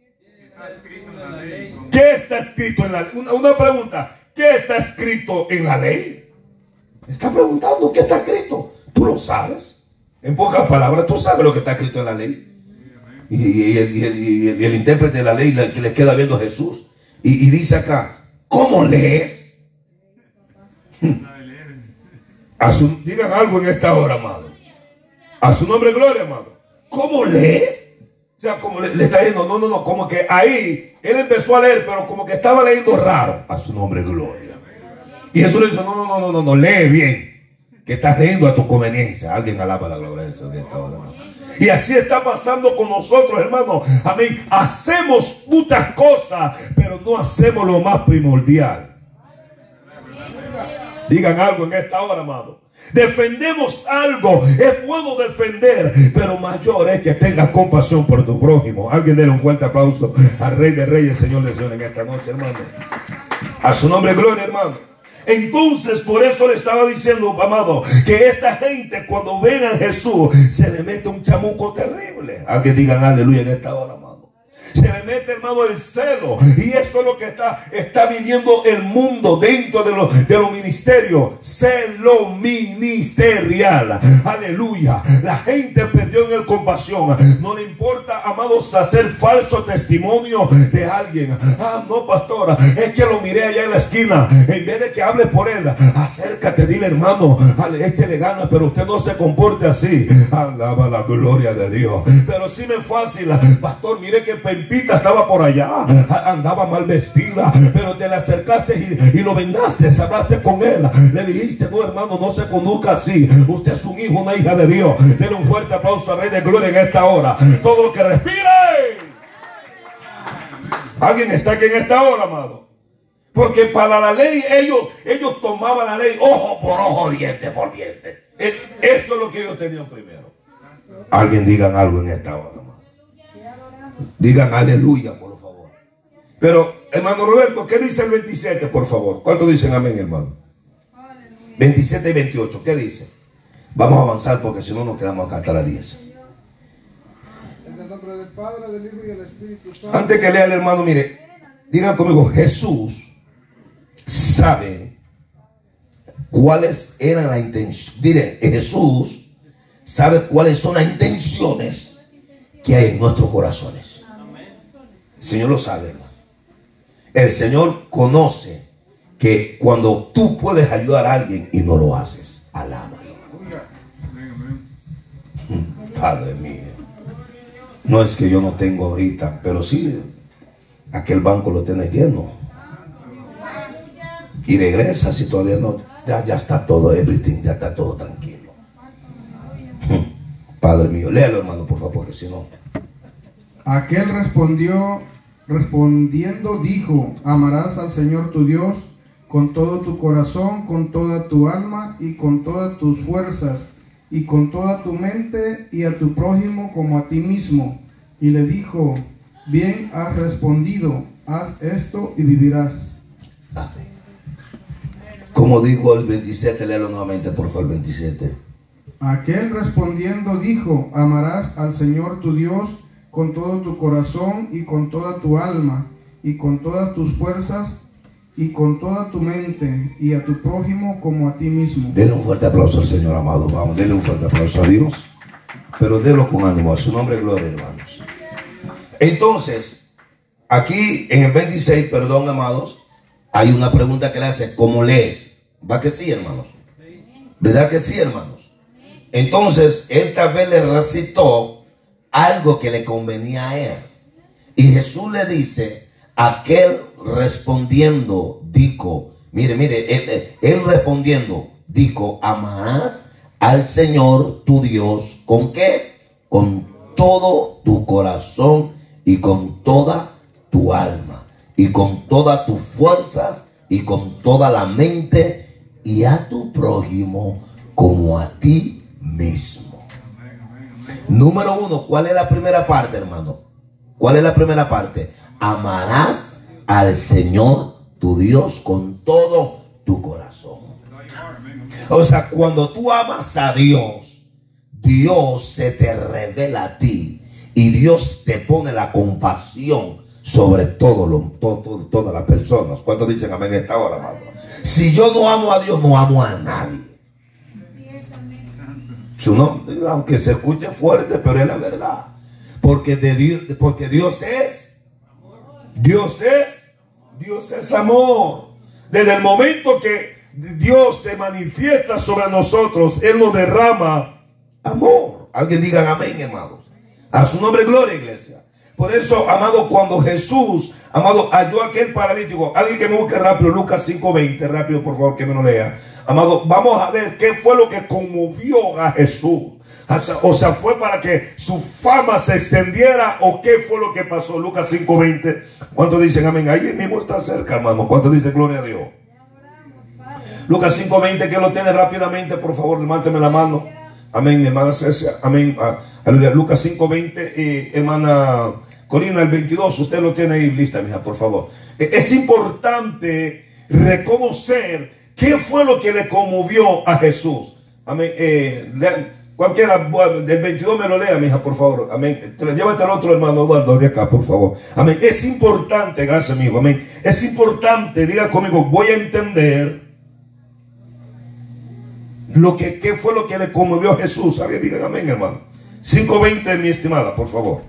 ¿Qué está escrito en la ley? Una, una pregunta. ¿Qué está escrito en la ley? Está preguntando qué está escrito. ¿Tú lo sabes? En pocas palabras, tú sabes lo que está escrito en la ley. Y, y, el, y, el, y, el, y el intérprete de la ley que le queda viendo a Jesús. Y, y dice acá, ¿cómo lees? A su, digan algo en esta hora, amado. A su nombre, gloria, amado. ¿Cómo lees? O sea, como le, le está diciendo, no, no, no, como que ahí él empezó a leer, pero como que estaba leyendo raro. A su nombre, gloria. Y Jesús le dice, no, no, no, no, no, no, lee bien, que estás leyendo a tu conveniencia. Alguien alaba la gloria de Dios de esta hora. Y así está pasando con nosotros, hermano. Amén. Hacemos muchas cosas, pero no hacemos lo más primordial. Digan algo en esta hora, amado. Defendemos algo, es bueno defender, pero mayor es que tengas compasión por tu prójimo. Alguien déle un fuerte aplauso al Rey de Reyes, Señor de Señor, en esta noche, hermano. A su nombre, gloria, hermano. Entonces, por eso le estaba diciendo, amado, que esta gente cuando ven a Jesús se le mete un chamuco terrible. Alguien digan aleluya en esta hora, amado. Se le mete, hermano, el celo. Y eso es lo que está, está viviendo el mundo dentro de los de los ministerios. Celo ministerial. Aleluya. La gente perdió en el compasión. No le importa, amados, hacer falso testimonio de alguien. Ah, no, pastora, es que lo miré allá en la esquina. En vez de que hable por él, acércate, dile, hermano, échele ganas, pero usted no se comporte así. Alaba la gloria de Dios. Pero sí me es fácil, pastor, mire que Pempita estaba por allá, andaba mal vestida, pero te le acercaste y, y lo vendaste, hablaste con él, le dijiste, no, hermano, no se conduzca así, usted es un hijo, una hija de Dios. Denle un fuerte aplauso al Rey de Gloria en esta hora. Todo lo que respire. Alguien está aquí en esta hora, amado. Porque para la ley ellos, ellos tomaban la ley ojo por ojo, diente por diente. Eso es lo que ellos tenían primero. Alguien digan algo en esta hora, amado. Digan aleluya, por favor. Pero, hermano Roberto, ¿qué dice el veintisiete, por favor? ¿Cuántos dicen amén, hermano? veintisiete y veintiocho, ¿qué dice? Vamos a avanzar porque si no nos quedamos acá hasta las diez. En el nombre del Padre, del Hijo y del Espíritu Santo. Antes que lea el hermano, mire, digan conmigo, Jesús sabe cuáles eran las intenciones. Dile, Jesús sabe cuáles son las intenciones que hay en nuestros corazones. El Señor lo sabe, hermano. El Señor conoce que cuando tú puedes ayudar a alguien y no lo haces, alábalo. Padre mío, no es que yo no tengo ahorita, pero sí, aquel banco lo tiene lleno. Y regresa si todavía no, ya, ya está todo, everything, ya está todo tranquilo. Padre mío, léalo, hermano, por favor, porque si no. Aquel respondió, respondiendo dijo, amarás al Señor tu Dios con todo tu corazón, con toda tu alma y con todas tus fuerzas y con toda tu mente, y a tu prójimo como a ti mismo. Y le dijo, bien has respondido, haz esto y vivirás. Amén. Como dijo el veintisiete, léalo nuevamente, por favor, el veintisiete. Aquel respondiendo dijo, amarás al Señor tu Dios con todo tu corazón y con toda tu alma y con todas tus fuerzas y con toda tu mente, y a tu prójimo como a ti mismo. Denle un fuerte aplauso al Señor amado. Vamos, denle un fuerte aplauso a Dios. Pero denlo con ánimo, a su nombre gloria, hermanos. Entonces, aquí en el veintiséis, perdón, amados, hay una pregunta que le hace, ¿cómo lees? ¿Va que sí, hermanos? ¿Verdad que sí, hermanos? Entonces, él tal vez le recitó algo que le convenía a él. Y Jesús le dice, aquel respondiendo, dijo, mire, mire, él, él respondiendo, dijo, amarás al Señor tu Dios, ¿con qué? Con todo tu corazón y con toda tu alma y con todas tus fuerzas y con toda la mente, y a tu prójimo como a ti mismo. Número uno, ¿cuál es la primera parte, hermano? ¿Cuál es la primera parte? Amarás al Señor tu Dios con todo tu corazón. O sea, cuando tú amas a Dios, Dios se te revela a ti y Dios te pone la compasión sobre todo lo, todo, todo, todas las personas. ¿Cuántos dicen amén en esta hora, amado? Si yo no amo a Dios, no amo a nadie. Su nombre, aunque se escuche fuerte, pero es la verdad. Porque, de Dios, porque Dios es, Dios es, Dios es amor. Desde el momento que Dios se manifiesta sobre nosotros, Él nos derrama amor. Alguien diga amén, hermanos. A su nombre, gloria, iglesia. Por eso, amado, cuando Jesús, amado, halló a aquel paralítico, alguien que me busque rápido, Lucas cinco veinte, rápido, por favor, que me lo lea. Amado, vamos a ver qué fue lo que conmovió a Jesús. O sea, fue para que su fama se extendiera, o qué fue lo que pasó. Lucas cinco veinte. ¿Cuántos dicen amén? Ahí mismo está cerca, hermano. ¿Cuántos dicen gloria a Dios? Lucas cinco veinte, que lo tiene rápidamente, por favor, levánteme la mano. Amén, hermana Cecia. Amén. Aleluya. Lucas cinco veinte, eh, hermana Corina, el veintidós. Usted lo tiene ahí lista, mija, por favor. Eh, es importante reconocer qué fue lo que le conmovió a Jesús. Amén. Eh, le, Cualquiera, del veintidós me lo lea, mija, por favor. Amén. Llévate al otro hermano Eduardo de acá, por favor. Amén. Es importante, gracias, amigo. Amén. Es importante, diga conmigo, voy a entender lo que, qué fue lo que le conmovió a Jesús. Amén. Digan amén, hermano. cinco veinte, mi estimada, por favor.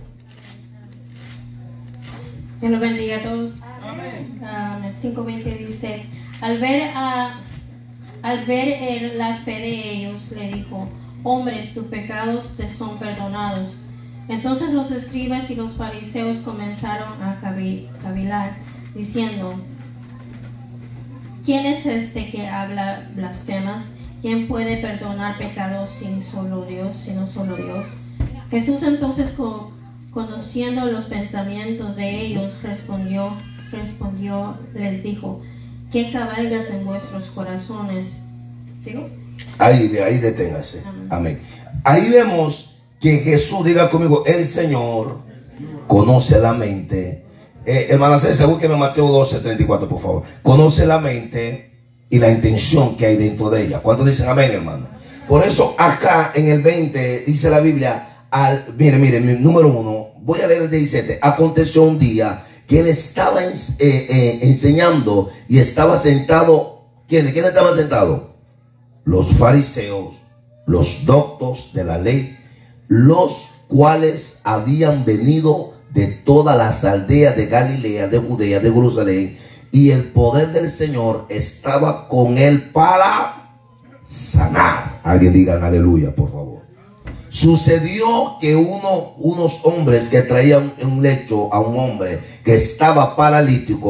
Dios los bendiga a todos. Amén. Um, el cinco veinte dice, al ver, a, al ver el, la fe de ellos, le dijo, hombres, tus pecados te son perdonados. Entonces los escribas y los fariseos comenzaron a cavilar, diciendo, ¿quién es este que habla blasfemas? ¿Quién puede perdonar pecados sin solo Dios, sino solo Dios? Jesús entonces, co conociendo los pensamientos de ellos, respondió, respondió, les dijo, ¿qué cabalgas en vuestros corazones? ¿Sigo? Ahí, de ahí deténgase. Amén. Amén. Ahí vemos que Jesús, diga conmigo, el Señor conoce la mente. Eh, hermana César, búsqueme Mateo doce, treinta y cuatro, por favor. Conoce la mente y la intención que hay dentro de ella. ¿Cuántos dicen amén, hermano? Por eso acá en el veinte dice la Biblia, al, mire, mire, número uno, voy a leer el diecisiete. Aconteció un día que él estaba en, eh, eh, enseñando y estaba sentado. ¿Quién? ¿Quién estaba sentado? Los fariseos, los doctos de la ley, los cuales habían venido de todas las aldeas de Galilea, de Judea, de Jerusalén, y el poder del Señor estaba con él para sanar. Alguien diga aleluya, por favor. Sucedió que uno, unos hombres que traían un lecho a un hombre que estaba paralítico,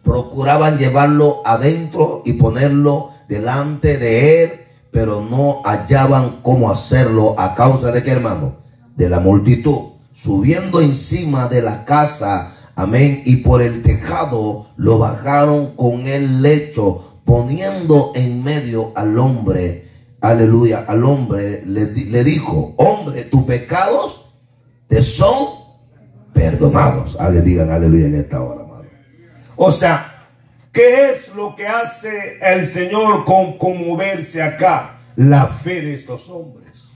procuraban llevarlo adentro y ponerlo delante de él, pero no hallaban cómo hacerlo a causa de qué, hermano, de la multitud. Subiendo encima de la casa, amén, y por el tejado lo bajaron con el lecho, poniendo en medio al hombre, aleluya, al hombre le, le dijo: hombre, tus pecados te son perdonados. Alguien digan aleluya en esta hora, amado. O sea, ¿qué es lo que hace el Señor con conmoverse acá? La fe de estos hombres.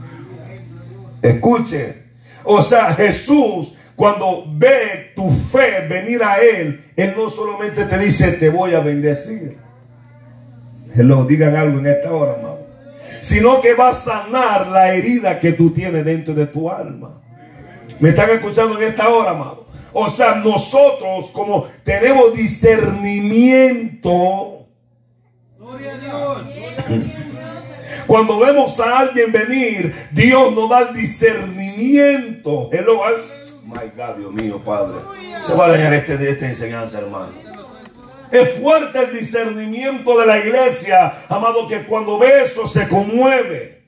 Escuchen. O sea, Jesús, cuando ve tu fe venir a Él, Él no solamente te dice: te voy a bendecir. Hello, digan algo en esta hora, amado. Sino que va a sanar la herida que tú tienes dentro de tu alma. ¿Me están escuchando en esta hora, amado? O sea, nosotros, como tenemos discernimiento, Gloria a Dios. cuando vemos a alguien venir, Dios nos da el discernimiento. Hello, al... My God, Dios mío, Padre. Se va a dañar este, esta enseñanza, hermano. Es fuerte el discernimiento de la iglesia, amado, que cuando ve eso se conmueve.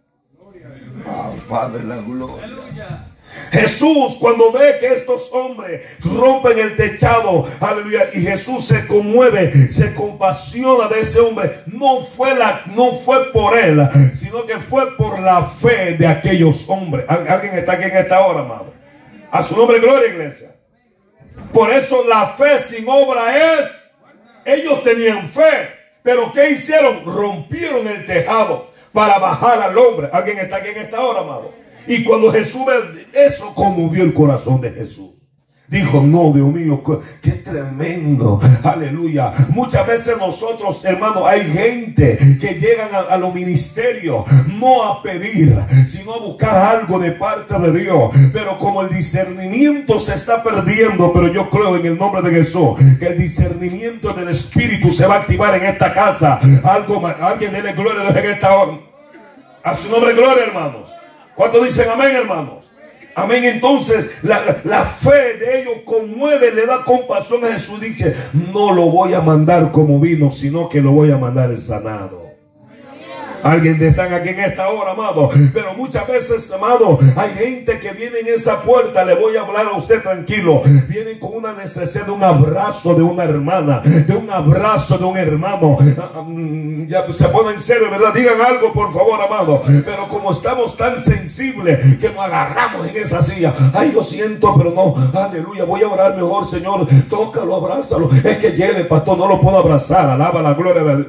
Oh, Padre, la gloria. Jesús, cuando ve que estos hombres rompen el techado, aleluya, y Jesús se conmueve, se compasiona de ese hombre, no fue, la, no fue por él, sino que fue por la fe de aquellos hombres. ¿Alguien está aquí en esta hora, amado? A su nombre, gloria, iglesia. Por eso la fe sin obra es... Ellos tenían fe, pero ¿qué hicieron? Rompieron el tejado para bajar al hombre. ¿Alguien está aquí en esta hora, amado? Y cuando Jesús ve eso, conmovió el corazón de Jesús. Dijo: no, Dios mío, qué tremendo, aleluya. Muchas veces nosotros, hermanos, hay gente que llegan a, a los ministerios no a pedir, sino a buscar algo de parte de Dios. Pero como el discernimiento se está perdiendo, pero yo creo en el nombre de Jesús que el discernimiento del Espíritu se va a activar en esta casa. Algo más, alguien dele gloria en esta hora. A su nombre, gloria, hermanos. ¿Cuántos dicen amén, hermanos? Amén. Entonces la, la, la fe de ellos conmueve, le da compasión a Jesús. Dije: no lo voy a mandar como vino, sino que lo voy a mandar sanado. Alguien están aquí en esta hora, amado. Pero muchas veces, amado, hay gente que viene en esa puerta. Le voy a hablar a usted tranquilo. Vienen con una necesidad de un abrazo de una hermana, de un abrazo de un hermano. Ya se ponen en serio, ¿verdad? Digan algo, por favor, amado. Pero como estamos tan sensibles que nos agarramos en esa silla. Ay, lo siento, pero no. Aleluya, voy a orar mejor, Señor. Tócalo, abrázalo. Es que llegue, pastor, no lo puedo abrazar. Alaba la gloria de Dios.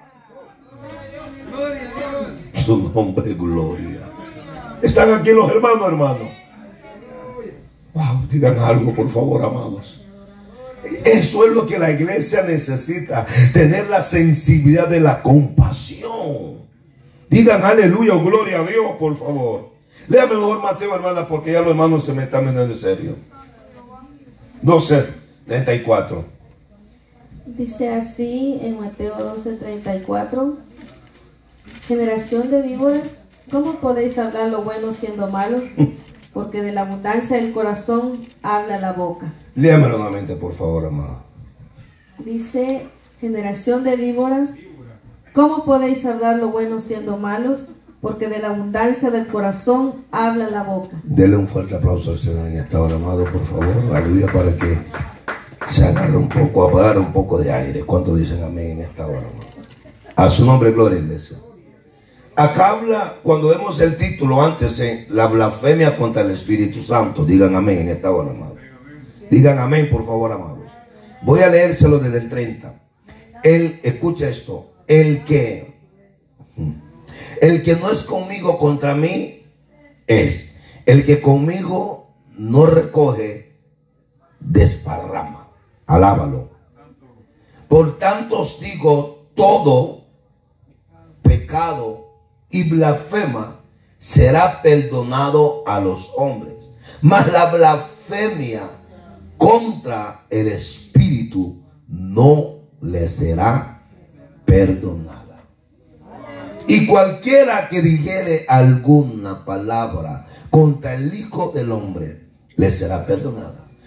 Su nombre, gloria. ¿Están aquí los hermanos, hermanos? Wow, digan algo, por favor, amados. Eso es lo que la iglesia necesita, tener la sensibilidad de la compasión. Digan aleluya o gloria a Dios, por favor. Léame mejor Mateo, hermana, porque ya los hermanos se me están viendo en serio. doce, treinta y cuatro. Dice así en Mateo doce, treinta y cuatro: generación de víboras, ¿cómo podéis hablar lo bueno siendo malos? Porque de la abundancia del corazón habla la boca. Léamelo nuevamente, por favor, amado. Dice: generación de víboras, ¿cómo podéis hablar lo bueno siendo malos? Porque de la abundancia del corazón habla la boca. Dele un fuerte aplauso al Señor en esta hora, amado, por favor. Aleluya, para que se agarre un poco, apagar un poco de aire. ¿Cuántos dicen amén en esta hora, amado? A su nombre, gloria, iglesia. Acá habla, cuando vemos el título antes, eh, la blasfemia contra el Espíritu Santo. Digan amén en esta hora, amados. Digan amén, por favor, amados. Voy a leérselo desde el treinta. El, escucha esto. El que, el que no es conmigo contra mí es. El que conmigo no recoge, desparrama. Alábalo. Por tanto os digo, todo pecado y blasfema será perdonado a los hombres, mas la blasfemia contra el Espíritu no le será perdonada. Y cualquiera que dijere alguna palabra contra el Hijo del Hombre le será perdonada.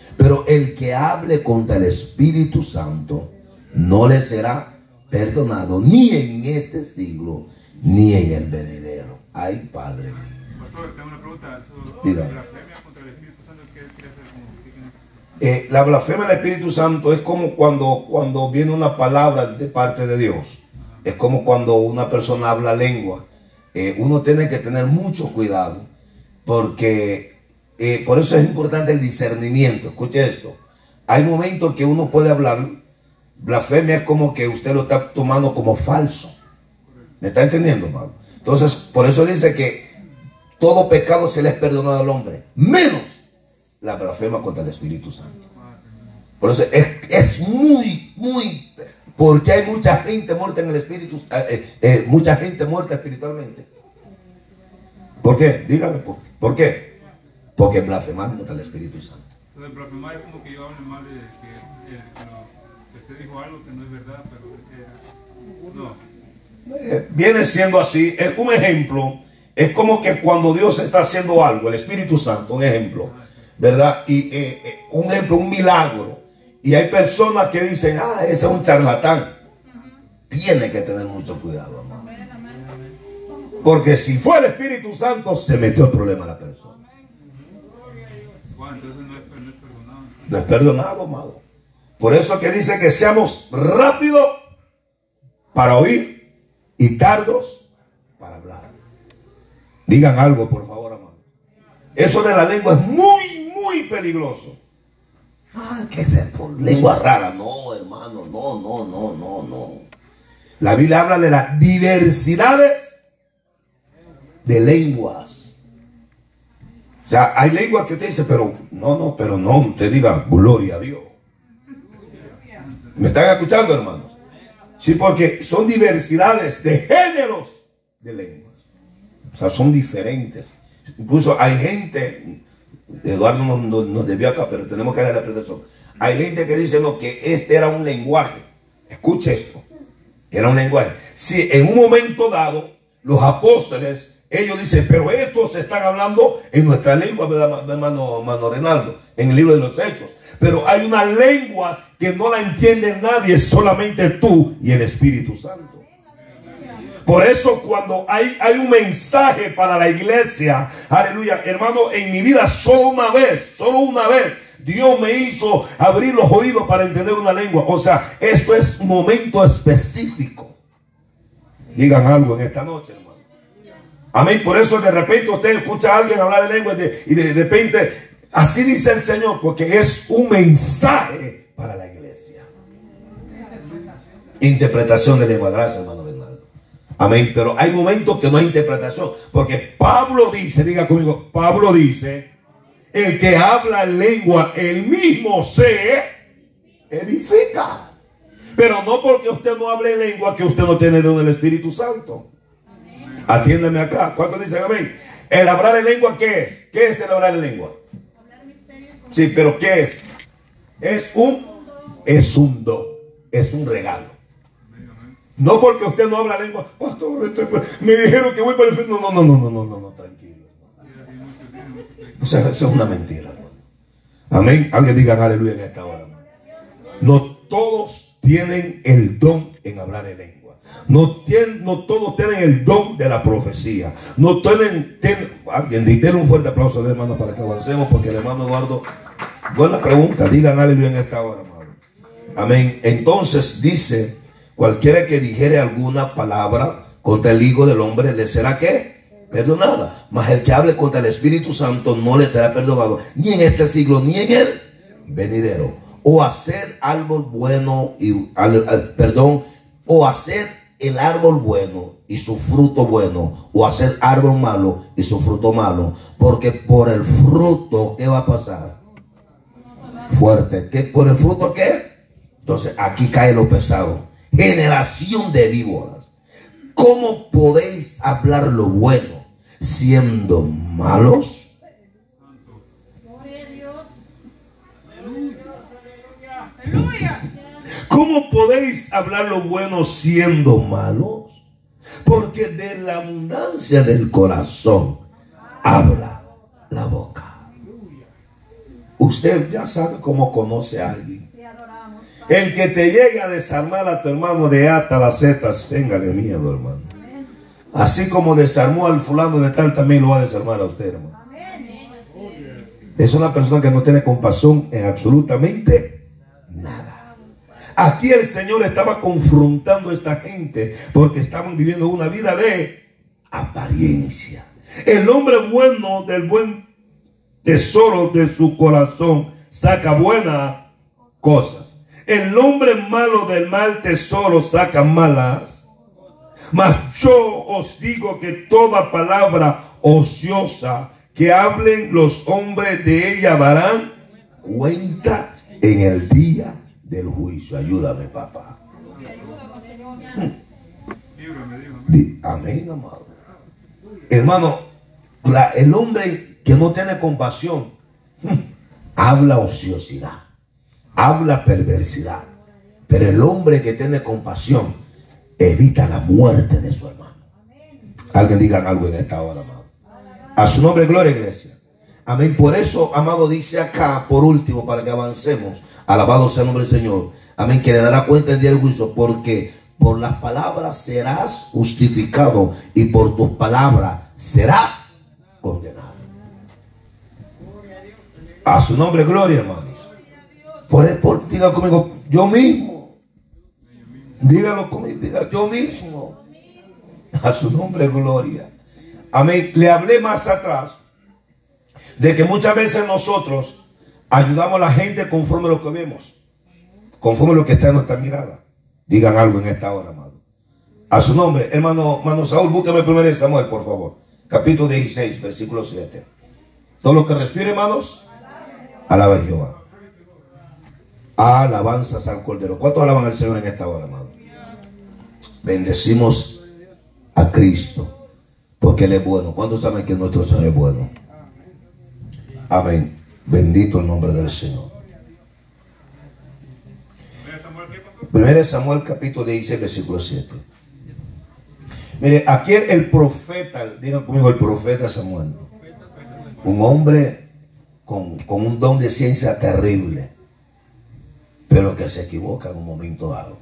Pero el que hable contra el Espíritu Santo no le será perdonado ni en este siglo ni en el venidero. Ay, Padre mío. Pastor, tengo una pregunta. Dígame. ¿Blasfemia contra el Espíritu Santo qué quiere hacer? Eh, la blasfemia del Espíritu Santo es como cuando, cuando viene una palabra de parte de Dios. Es como cuando una persona habla lengua. Eh, uno tiene que tener mucho cuidado, porque eh, por eso es importante el discernimiento. Escuche esto. Hay momentos que uno puede hablar. Blasfemia es como que usted lo está tomando como falso. ¿Me está entendiendo, hermano? Entonces, por eso dice que todo pecado se le es perdonado al hombre, menos la blasfema contra el Espíritu Santo. Por eso es, es muy, muy... Porque hay mucha gente muerta en el Espíritu, eh, eh, mucha gente muerta espiritualmente. ¿Por qué? Dígame, ¿por, ¿por qué? Porque blasfemar contra el Espíritu Santo. Entonces, blasfemar es como que yo hable mal de que, eh, no, que usted dijo algo que no es verdad, pero eh, no. Eh, viene siendo así, es un ejemplo. Es como que cuando Dios está haciendo algo, el Espíritu Santo, un ejemplo, ¿verdad? Y eh, eh, un ejemplo, un milagro. Y hay personas que dicen, ah, ese es un charlatán. Tiene que tener mucho cuidado, hermano. Porque si fue el Espíritu Santo, se metió el problema a la persona. Bueno, entonces no es, no es perdonado. No es perdonado, amado. Por eso que dice que seamos rápidos para oír y tardos para hablar. Digan algo, por favor, amado. Eso de la lengua es muy, muy peligroso. Ah, ¿qué es esto? Lengua rara. No, hermano, no, no, no, no, no. La Biblia habla de las diversidades de lenguas. O sea, hay lenguas que usted dice, pero no, no, pero no, usted diga, gloria a Dios. ¿Me están escuchando, hermanos? Sí, porque son diversidades de géneros de lenguas. O sea, son diferentes. Incluso hay gente, Eduardo nos, nos, nos debió acá, pero tenemos que darle la explicación. Hay gente que dice, no, que este era un lenguaje. Escuche esto. Era un lenguaje. Si en un momento dado, los apóstoles, ellos dicen, pero estos se están hablando en nuestra lengua, ¿verdad, hermano, hermano Reinaldo? En el libro de los Hechos. Pero hay una lengua que no la entiende nadie, solamente tú y el Espíritu Santo. Por eso cuando hay, hay un mensaje para la iglesia, aleluya, hermano, en mi vida solo una vez, solo una vez, Dios me hizo abrir los oídos para entender una lengua. O sea, eso es un momento específico. Digan algo en esta noche, hermano. Amén. Por eso de repente usted escucha a alguien hablar en lengua y de, y de repente, así dice el Señor, porque es un mensaje para la iglesia. Interpretación de lengua. Gracias, hermano Reinaldo. Amén. Pero hay momentos que no hay interpretación, porque Pablo dice, diga conmigo, Pablo dice, el que habla en lengua, el mismo se edifica. Pero no porque usted no hable en lengua que usted no tiene don del Espíritu Santo. Atiéndeme acá. ¿Cuántos dicen amén? El hablar en lengua, ¿qué es? ¿Qué es el hablar en lengua? Sí, pero ¿qué es? Es un, es un don, es un regalo. No porque usted no habla lengua, pastor, estoy, me dijeron que voy para el infierno. No, no, no, no, no, no, no, tranquilo. O sea, eso es una mentira, hermano. Amén. Alguien diga aleluya en esta hora, hermano. No todos tienen el don en hablar en lengua. No, tienen, no todos tienen el don de la profecía. No tienen, tienen alguien, denle un fuerte aplauso al hermano para que avancemos, porque el hermano Eduardo, buena pregunta, digan aleluya en esta hora, hermano. Amén. Entonces dice, cualquiera que dijere alguna palabra contra el Hijo del Hombre, le será ¿qué? Perdonada. Mas el que hable contra el Espíritu Santo no le será perdonado, ni en este siglo, ni en el venidero. O hacer árbol bueno y al, al, perdón, o hacer el árbol bueno y su fruto bueno, o hacer árbol malo y su fruto malo, porque por el fruto, ¿qué va a pasar? Fuerte. ¿Qué? ¿Por el fruto qué? Entonces aquí cae lo pesado. Generación de víboras, ¿cómo podéis hablar lo bueno siendo malos? ¿Cómo podéis hablar lo bueno siendo malos? Porque de la abundancia del corazón habla la boca. Usted ya sabe cómo conoce a alguien. El que te llegue a desarmar a tu hermano de ata las setas, téngale miedo, hermano. Así como desarmó al fulano de tal, también lo va a desarmar a usted, hermano. Es una persona que no tiene compasión en absolutamente nada. Aquí el Señor estaba confrontando a esta gente porque estaban viviendo una vida de apariencia. El hombre bueno del buen tesoro de su corazón saca buenas cosas. El hombre malo del mal tesoro saca malas. Mas yo os digo que toda palabra ociosa que hablen los hombres de ella darán cuenta en el día del juicio. Ayúdame, papá. Hmm. Amén, amado. Hermano, la, el hombre que no tiene compasión hmm, habla ociosidad, habla perversidad. Pero el hombre que tiene compasión evita la muerte de su hermano. Alguien diga algo en esta hora, amado. A su nombre, gloria, iglesia. Amén. Por eso, amado, dice acá, por último, para que avancemos. Alabado sea el nombre del Señor. Amén. Que le dará cuenta el día del juicio. Porque por las palabras serás justificado y por tus palabras serás condenado. A su nombre, gloria, hermanos. Por, por, diga conmigo, yo mismo. Dígalo conmigo, diga yo mismo. A su nombre, gloria. Amén. Le hablé más atrás de que muchas veces nosotros ayudamos a la gente conforme lo que vemos, conforme lo que está en nuestra mirada. Digan algo en esta hora, amado. A su nombre, hermano, hermano Saúl, búsqueme primero Samuel, por favor. Capítulo dieciséis, versículo siete. Todo lo que respire, hermanos, alaba a Jehová. Alabanzas al Cordero. ¿Cuántos alaban al Señor en esta hora, amado? Bendecimos a Cristo. Porque Él es bueno. ¿Cuántos saben que nuestro Señor es bueno? Amén. Bendito el nombre del Señor. Primero Samuel capítulo dieciséis, versículo siete. Mire, aquí el profeta, digan conmigo, el profeta Samuel. Un hombre con, con un don de ciencia terrible, pero que se equivoca en un momento dado.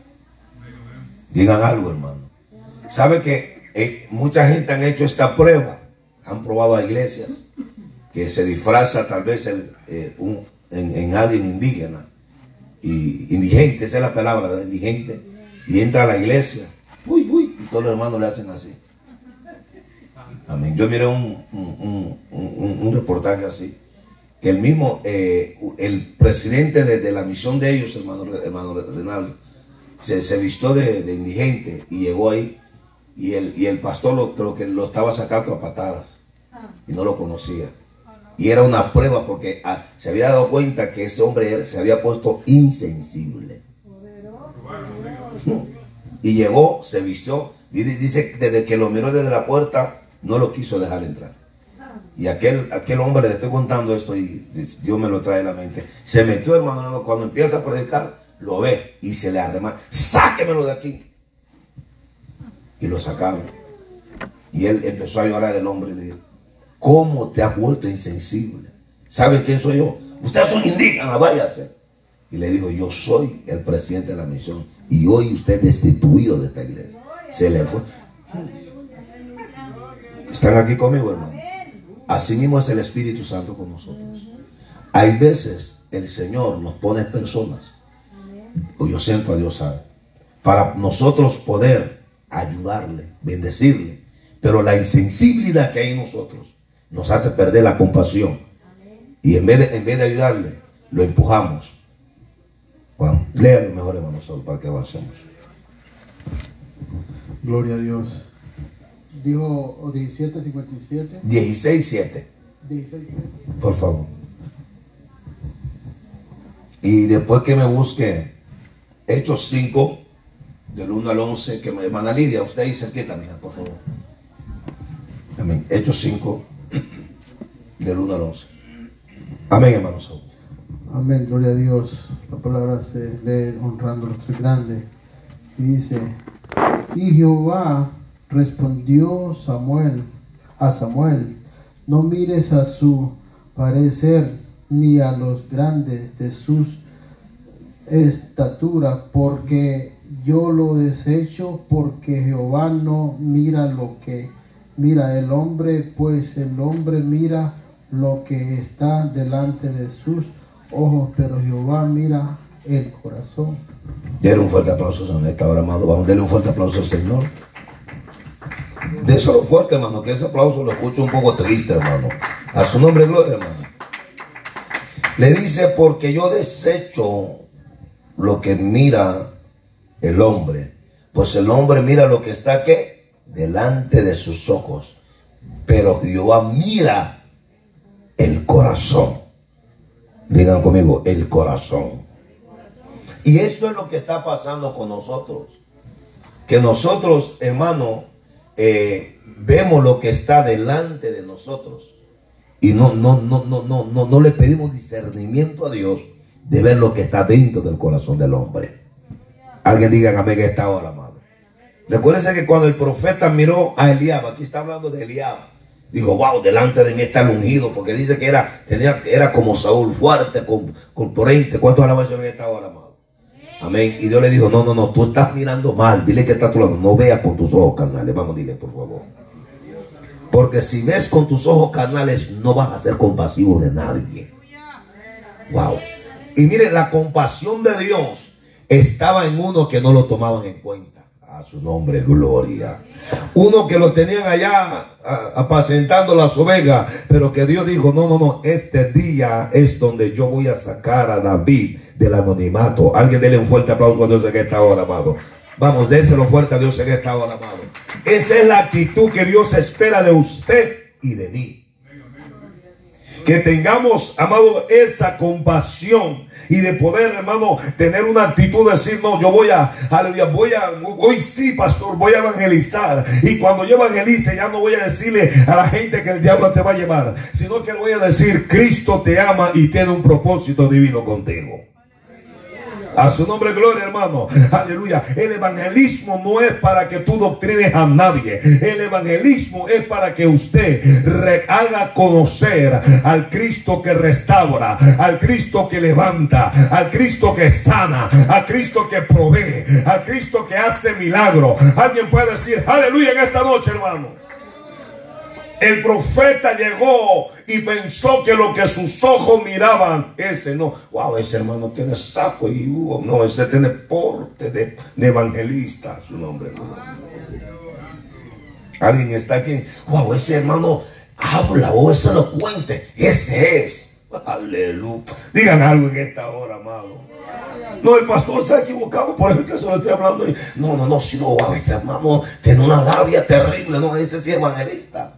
Digan algo, hermano. ¿Sabe que Eh, mucha gente han hecho esta prueba? Han probado a iglesias que se disfraza tal vez el, eh, un, en, en alguien indígena y indigente, esa es la palabra, ¿verdad? Indigente, y entra a la iglesia, uy, uy, y todos los hermanos le hacen así. Amén. Yo miré un, un, un, un reportaje así, que el mismo eh, el presidente de, de la misión de ellos, hermano, hermano Renaldo, se, se vistió de, de indigente y llegó ahí. Y el, y el pastor lo, creo que lo estaba sacando a patadas y no lo conocía. Y era una prueba porque ah, se había dado cuenta que ese hombre se había puesto insensible. Y llegó, se vistió. Dice que desde que lo miró desde la puerta no lo quiso dejar entrar. Y aquel, aquel hombre, le estoy contando esto y Dios me lo trae a la mente. Se metió, hermano, cuando empieza a predicar, lo ve y se le arremanga. ¡Sáquemelo de aquí! Y lo sacaron. Y él empezó a llorar, el hombre, y le dijo: ¿cómo te has vuelto insensible? ¿Sabes quién soy yo? Ustedes son indígenas, váyase. Y le dijo: yo soy el presidente de la misión y hoy usted es destituido de esta iglesia. Se le fue. ¿Están aquí conmigo, hermano? Así mismo es el Espíritu Santo con nosotros. Hay veces el Señor nos pone personas, o yo siento a Dios sabe, para nosotros poder ayudarle, bendecirle, pero la insensibilidad que hay en nosotros nos hace perder la compasión y en vez de, en vez de ayudarle, lo empujamos. Bueno, léalo mejor, hermano Saúl, para que avancemos. Gloria a Dios. Dijo diecisiete cincuenta y siete. dieciséis siete. dieciséis siete. Por favor. Y después que me busque Hechos cinco del uno al once, que me hermana Lidia, usted ahí cerquita, mija, por favor. Amén. Hechos cinco del uno al once. Amén, hermano Saúl. Amén, gloria a Dios. La palabra se lee honrando a los tres grandes. Y dice: y Jehová respondió Samuel a Samuel: no mires a su parecer ni a los grandes de sus estatura, porque yo lo desecho, porque Jehová no mira lo que mira el hombre, pues el hombre mira lo que está delante de sus ojos, pero Jehová mira el corazón. Denle un fuerte aplauso a esta hora, amado. Vamos a darle un fuerte aplauso al Señor. Déselo fuerte, hermano, que ese aplauso lo escucho un poco triste, hermano. A su nombre, gloria, hermano. Le dice, porque yo desecho lo que mira el hombre, pues el hombre mira lo que está, ¿qué? Delante de sus ojos, pero Jehová mira el corazón. Digan conmigo, el corazón. Y esto es lo que está pasando con nosotros, que nosotros, hermano, eh, vemos lo que está delante de nosotros y no, no, no, no, no, no, no le pedimos discernimiento a Dios de ver lo que está dentro del corazón del hombre. Alguien diga amén a esta hora, amado. Recuérdense que cuando el profeta miró a Eliab, aquí está hablando de Eliab, dijo, wow, delante de mí está el ungido, porque dice que era, tenía, era como Saúl, fuerte, corpulento. ¿Cuántos alabanzas en esta hora, amado? Amén. Y Dios le dijo, no, no, no, tú estás mirando mal. Dile que está a tu lado. No veas con tus ojos carnales. Vamos, dile, por favor. Porque si ves con tus ojos carnales, no vas a ser compasivo de nadie. Wow. Y mire, la compasión de Dios estaba en uno que no lo tomaban en cuenta. A su nombre, gloria. Uno que lo tenían allá apacentando las ovejas, pero que Dios dijo, no, no, no, este día es donde yo voy a sacar a David del anonimato. Alguien dele un fuerte aplauso a Dios en esta hora, amado. Vamos, déselo fuerte a Dios en esta hora, amado. Esa es la actitud que Dios espera de usted y de mí. Que tengamos, amado, esa compasión y de poder, hermano, tener una actitud de decir, no, yo voy a, aleluya, voy a, hoy sí, pastor, voy a evangelizar. Y cuando yo evangelice, ya no voy a decirle a la gente que el diablo te va a llevar, sino que le voy a decir, Cristo te ama y tiene un propósito divino contigo. A su nombre, gloria, hermano. Aleluya. El evangelismo no es para que tú doctrines a nadie. El evangelismo es para que usted haga conocer al Cristo que restaura, al Cristo que levanta, al Cristo que sana, al Cristo que provee, al Cristo que hace milagro. Alguien puede decir aleluya en esta noche, hermano. El profeta llegó y pensó que lo que sus ojos miraban, ese no, wow, ese hermano tiene saco y uh, no, ese tiene porte de, de evangelista, su nombre. Alguien está aquí, wow, ese hermano habla o es elocuente, ese es. Aleluya. Digan algo en esta hora, amado. No, el pastor se ha equivocado, por eso que se lo estoy hablando. No, no, no, si no, wow, este hermano tiene una labia terrible, no, ese sí es evangelista.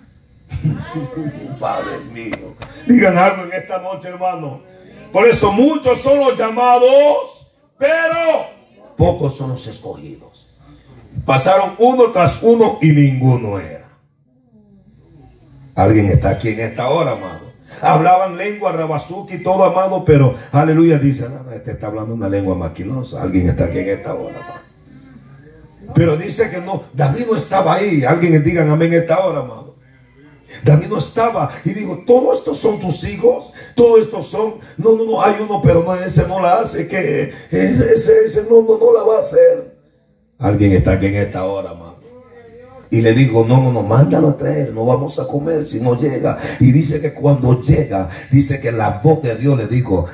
Padre mío, digan algo en esta noche, hermano. Por eso muchos son los llamados, pero pocos son los escogidos. Pasaron uno tras uno y ninguno era. Alguien está aquí en esta hora, amado. Hablaban lengua rabazuki y todo, amado, pero aleluya, dice, nada, este está hablando una lengua maquilosa. Alguien está aquí en esta hora, amado. Pero dice que no, David no estaba ahí. Alguien digan amén en esta hora, amado. David no estaba y digo, todos estos son tus hijos, todos estos son, no, no, no, hay uno, pero no, ese no la hace, que ese, ese no, no, no la va a hacer. Alguien está aquí en esta hora, amado. Y le digo, no, no, no, mándalo a traer, no vamos a comer si no llega. Y dice que cuando llega, dice que la voz de Dios le dijo,